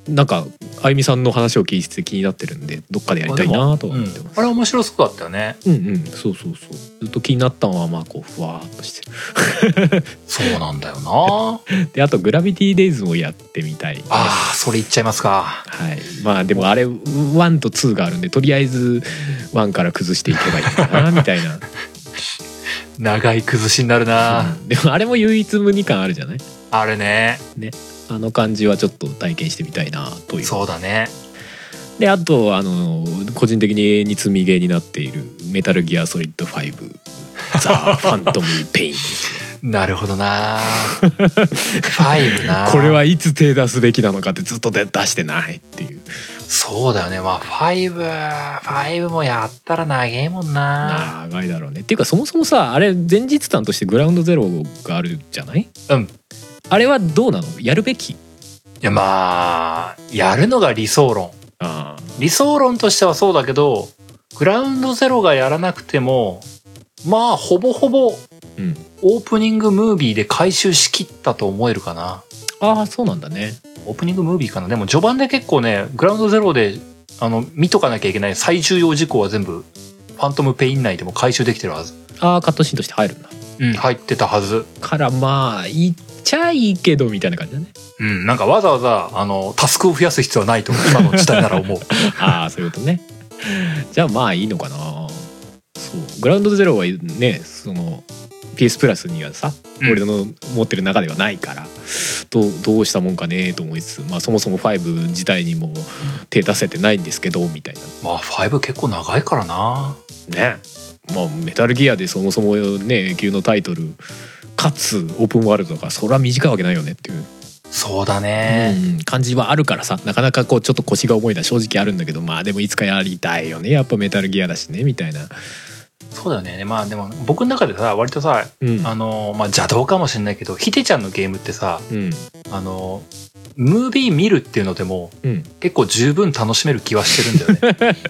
なんかあゆみさんの話を聞いて気になってるんでどっかでやりたいなとは思ってます。 うん、あれ面白そうだったよね。 うんうん、そうそうそう。ずっと気になったのはまあこうふわーっとしてる。 そうなんだよな。 であとグラビティデイズもやってみたい。 ああ、それ言っちゃいますか。 はい。まあでもあれワンとツーがあるんでとりあえずワンから崩していけばいいかなみたいな。 長い崩しになるな、 うん、でもあれも唯一無二感あるじゃない。 あれね。 ね。あの感じはちょっと体験してみたいなという。 そうだね。 であとあの個人的に永遠に積みゲーになっているメタルギアソリッドファイブザ・ファントム・ペイン。 なるほどな。ファイブな。 これはいつ手出すべきなのかってずっと出してないっていう。 そうだよね。まあファイブ、ファイブもやったら長えもんな。 長いだろうね。っていうかそもそもさあれ前日談としてグラウンドゼロがあるじゃない。 うん。 あれはどうなの？やるべき？いやまあやるのが理想論。 あ理想論としてはそうだけど、グラウンドゼロがやらなくてもまあほぼほぼオープニングムービーで回収しきったと思えるかな。 ああそうなんだね。 オープニングムービーかな。でも序盤で結構ねグラウンドゼロであの見とかなきゃいけない最重要事項は全部ファントムペイン内でも回収できてるはず。 ああカットシーンとして入るんだ。 うん入ってたはず。 からまあ言っちゃいいけどみたいな感じだね。 うん、なんかわざわざあのタスクを増やす必要はないと今の時代なら思う。 ああそういうことね。じゃあまあいいのかな。そうグラウンドゼロはねその ピーエス プラスにはさ、うん、俺の持ってる中ではないからどう、どうしたもんかねと思いつつ、まあ、そもそもファイブ自体にも手出せてないんですけどみたいな。 まあファイブ結構長いからな。 ね。まあメタルギアでそもそもね永久のタイトルかつオープンワールドだからそれは短いわけないよねっていう。 そうだね、 うん、感じはあるからさなかなかこうちょっと腰が重いのは正直あるんだけどまあでもいつかやりたいよねやっぱメタルギアだしねみたいな。 そうだよね。まあでも僕の中でさ割とさ、うん、あのまあ邪道かもしれないけどヒデちゃんのゲームってさ、うん、あのムービー見るっていうのでも、うん、結構十分楽しめる気はしてるんだよね。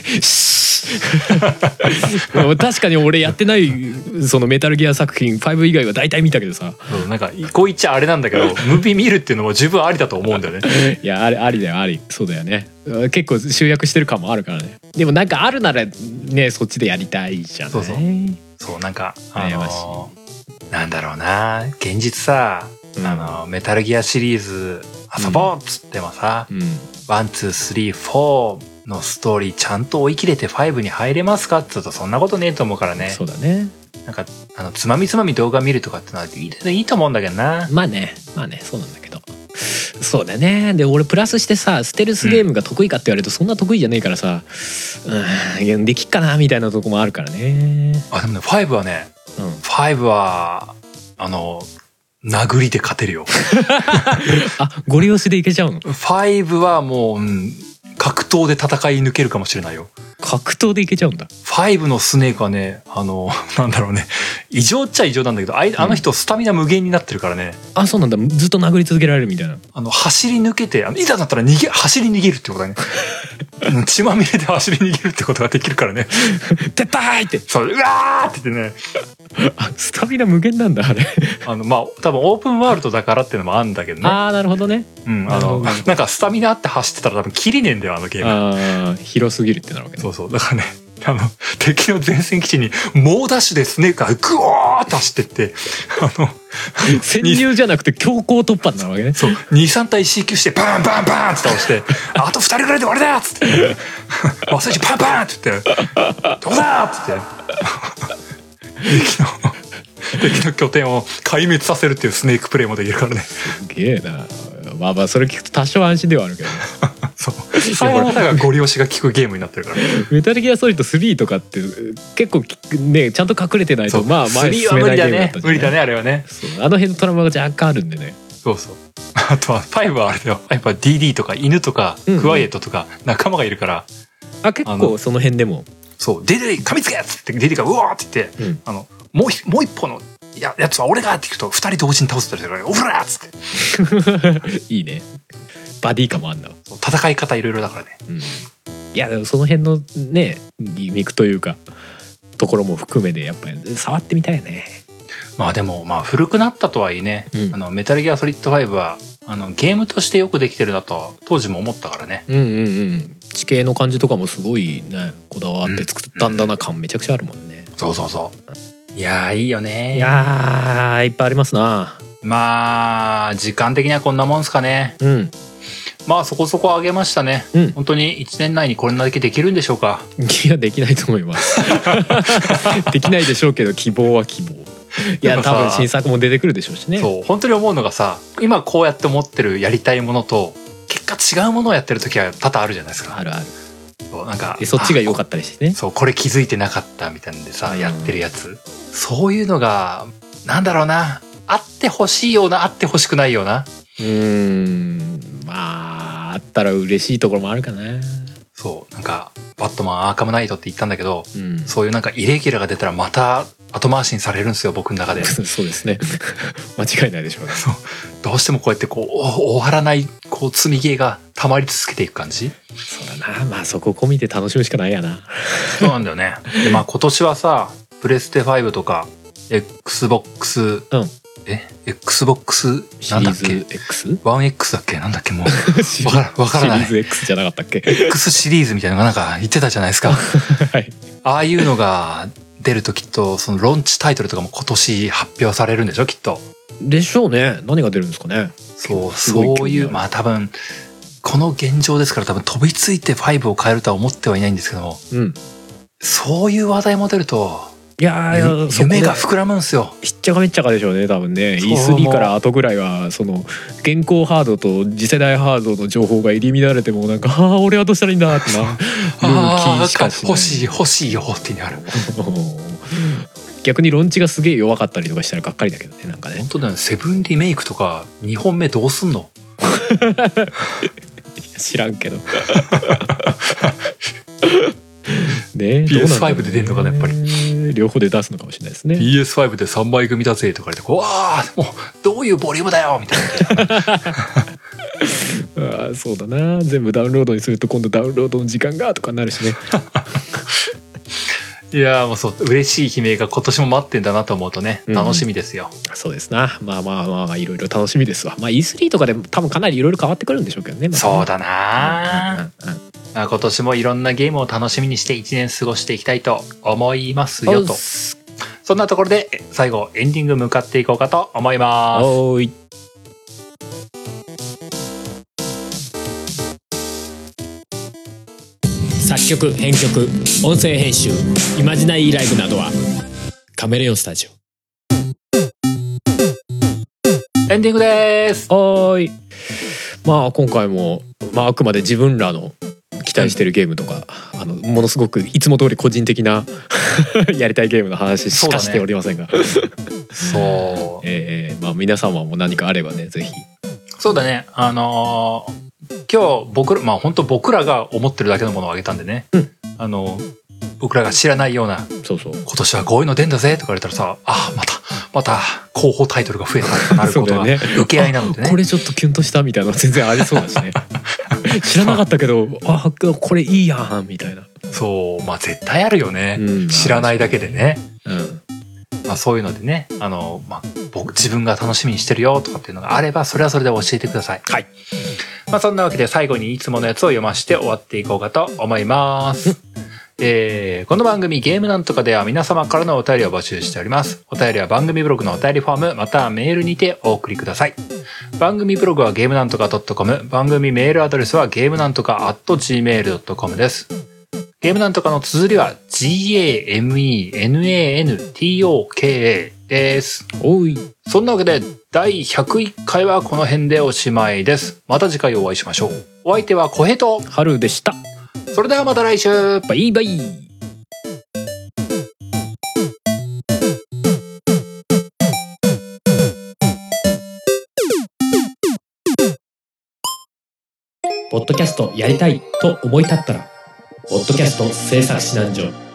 確かに俺やってないそのメタルギア作品ファイブ以外は大体見たけどさ、 うん、なんかこう言っちゃあれなんだけどムービー見るっていうのも十分ありだと思うんだよね。 いやありありだよありそうだよね。結構集約してる感もあるからね。でもなんかあるならねそっちでやりたいじゃん。 そうそうそうなんかあのー、なんだろうな現実さ、うん、あのメタルギアシリーズ遊ぼうっつってもさ、うん、ワンツースリーフォーのストーリーちゃんと追い切れてファイブに入れますかって言うとそんなことねえと思うからね。 そうだね。 なんかあのつまみつまみ動画見るとかってのはいい、いいと思うんだけどな。 まあねまあねそうなんだけどそうだね。で俺プラスしてさステルスゲームが得意かって言われるとそんな得意じゃねえからさ、うん、できっかなみたいなとこもあるからね。 あでもねファイブはね、うん、ファイブはあの殴りで勝てるよ。 あゴリ押しでいけちゃうの。 ファイブはもう、うん格闘で戦い抜けるかもしれないよ。 格闘でいけちゃうんだ。 ファイブのスネークはね、あのなんだろうね、異常っちゃ異常なんだけど、あい、あの人スタミナ無限になってるからね。 あ、そうなんだ。ずっと殴り続けられるみたいな。 あの走り抜けて、あのいざだったら逃げ走り逃げるってことだね。血まみれで走り逃げるってことができるからね。 撤退って。 そう、うわーって言ってね。 あ、スタミナ無限なんだあれ。 あのまあ多分オープンワールドだからっていうのもあるんだけどね。 ああなるほどね。 うん、あのなんかスタミナあって走ってたら多分切りねえんだよあのゲーム。 ああ広すぎるってなるわけね。 そうそうだからね。あの敵の前線基地に猛ダッシュでスネークがグワーッと走ってってあの潜入じゃなくて強行突破になるわけね。 そう にさん 体 シーキュー してバンバンバンって倒してあとふたりぐらいで終わりだっつって忘れちパンパンって言ってどうだっつって敵の敵の拠点を壊滅させるっていうスネークプレイもできるからね。 すげえな。まあまあそれ聞くと多少安心ではあるけどね。 そう最後のだからゴリ押しが効くゲームになってるから、ね、 メタルギアソリッドスリーとかって結構ねちゃんと隠れてないとまあ前進めないゲームだったじゃん。 無理だねあれはね。 そうあの辺のトラウマが若干あるんでね。 そうそうあとはファイブはあれだよやっぱ ディーディー とか犬とかクワイエットとか仲間がいるから、 うんうん、あ結構その辺でもそうデデデ噛みつけっつってデデデがうわーって言って、うん、あのもうもう一歩のややつは俺がって聞くとふたり同時に倒せたりするからオフラーっつっていいねバディ感もあんだ。 戦い方いろいろだからね、うん、いやでもその辺のねギミックというかところも含めてやっぱり触ってみたいよね。 まあでもまあ古くなったとはいえね、うん、あのメタルギアソリッドファイブはあのゲームとしてよくできてるなと当時も思ったからね。 うんうんうん。地形の感じとかもすごいねこだわって作ったんだな感めちゃくちゃあるもんね。 うん、そうそうそう。いやーいいよね。 いやーいっぱいありますな。まあ時間的にはこんなもんすかね。 うん。 まあそこそこ上げましたね、うん、本当にいちねん内にこれだけできるんでしょうか。 いやできないと思いますできないでしょうけど希望は希望。いや多分新作も出てくるでしょうしね。 そう本当に思うのがさ今こうやって思ってるやりたいものと結果違うものをやってる時は多々あるじゃないですか。 あるある。 そうなんかそっちが良かったりしてね。 そうこれ気づいてなかったみたいなんでさ、うん、やってるやつそういうのがなんだろうなあってほしいようなあってほしくないような。 うーんまああったら嬉しいところもあるかな。 そうなんかバットマンアーカムナイトって言ったんだけど、うん、そういうなんかイレギュラーが出たらまた後回しにされるんですよ僕の中でそうですね間違いないでしょうね。 そうどうしてもこうやってこう終わらないこう積みゲーが溜まり続けていく感じ。 そうだなまあそこ込みで楽しむしかないやな。 そうなんだよね。でまあ今年はさプレステファイブとか Xbox、うんえ Xbox なんだっけシリーズ X？ ワンエックス だっけなんだっけもうわからわからない。 シリーズ X じゃなかったっけ X シリーズみたいなのがなんか言ってたじゃないですか、はい、ああいうのが出るときっとそのローンチタイトルとかも今年発表されるんでしょきっと。 でしょうね。何が出るんですかね。 そうそういうまあ多分この現状ですから多分飛びついてファイブを変えるとは思ってはいないんですけども、うん、そういう話題も出るといやー夢が膨らむんですよ。 しっちゃかめっちゃかでしょうね多分ね。 イースリー から後ぐらいはその現行ハードと次世代ハードの情報が入り乱れてもなんかああ俺はどうしたらいいんだってなる気しかしない。 欲しい欲しいよってなる逆にロンチがすげえ弱かったりとかしたらがっかりだけどねなんかね。 本当だよね。セブンリメイクとかにほんめどうすんの知らんけどね、 ピーエスファイブ で出るのかなやっぱり。両方で出すのかもしれないですね。 ピーエスファイブ でさんまい組だぜとか言ってこうわあもうどういうボリュームだよみたいなあそうだな全部ダウンロードにすると今度ダウンロードの時間がとかなるしねいやもうそう嬉しい悲鳴が今年も待ってんだなと思うとね楽しみですよ、 うん、そうですな。まあまあまあいろいろ楽しみですわ。まあ イースリー とかでも多分かなりいろいろ変わってくるんでしょうけどね、まあ、 そうだな、うんうんうんうん、今年もいろんなゲームを楽しみにしていちねん過ごしていきたいと思いますよと。そんなところで最後エンディング向かっていこうかと思います。 おーい。作曲編曲音声編集イマジナリーライブなどはカメレオンスタジオ。 エンディングです。 はい。まあ今回も、まあ、あくまで自分らの期待してるゲームとか、あのものすごくいつも通り個人的なやりたいゲームの話しかしておりませんがそう、 えー、まあ皆様も何かあればねぜひ。 そうだねあのー今日僕らまあ本当僕らが思ってるだけのものをあげたんでね、うん、あの僕らが知らないようなそうそう今年はこういうの出んだぜとか言われたらさあまたまた候補タイトルが増えたとかなることが受け合いなのでねこれちょっとキュンとしたみたいなの全然ありそうだしね知らなかったけどあこれいいやんみたいな。 そうまあ絶対あるよね、うん、知らないだけでね、うんまあ、そういうのでねあの、まあ、僕自分が楽しみにしてるよとかっていうのがあればそれはそれで教えてください。 はい。 まあそんなわけで最後にいつものやつを読ませて終わっていこうかと思います。えー、この番組ゲームなんとかでは皆様からのお便りを募集しております。お便りは番組ブログのお便りフォームまたはメールにてお送りください。番組ブログはゲームなんとか .com、 番組メールアドレスはゲームなんとか アットジーメールドットコム です。ゲームなんとかの綴りは ジーエーエムイーエヌエーエヌティーオーケーエー です。 おい。 そんなわけでだいひゃくいっかいはこの辺でおしまいです。また次回お会いしましょう。お相手は小平と春でした。 それではまた来週。 バイバイ。ポッドキャストやりたいと思い立ったらポッドキャスト制作指南所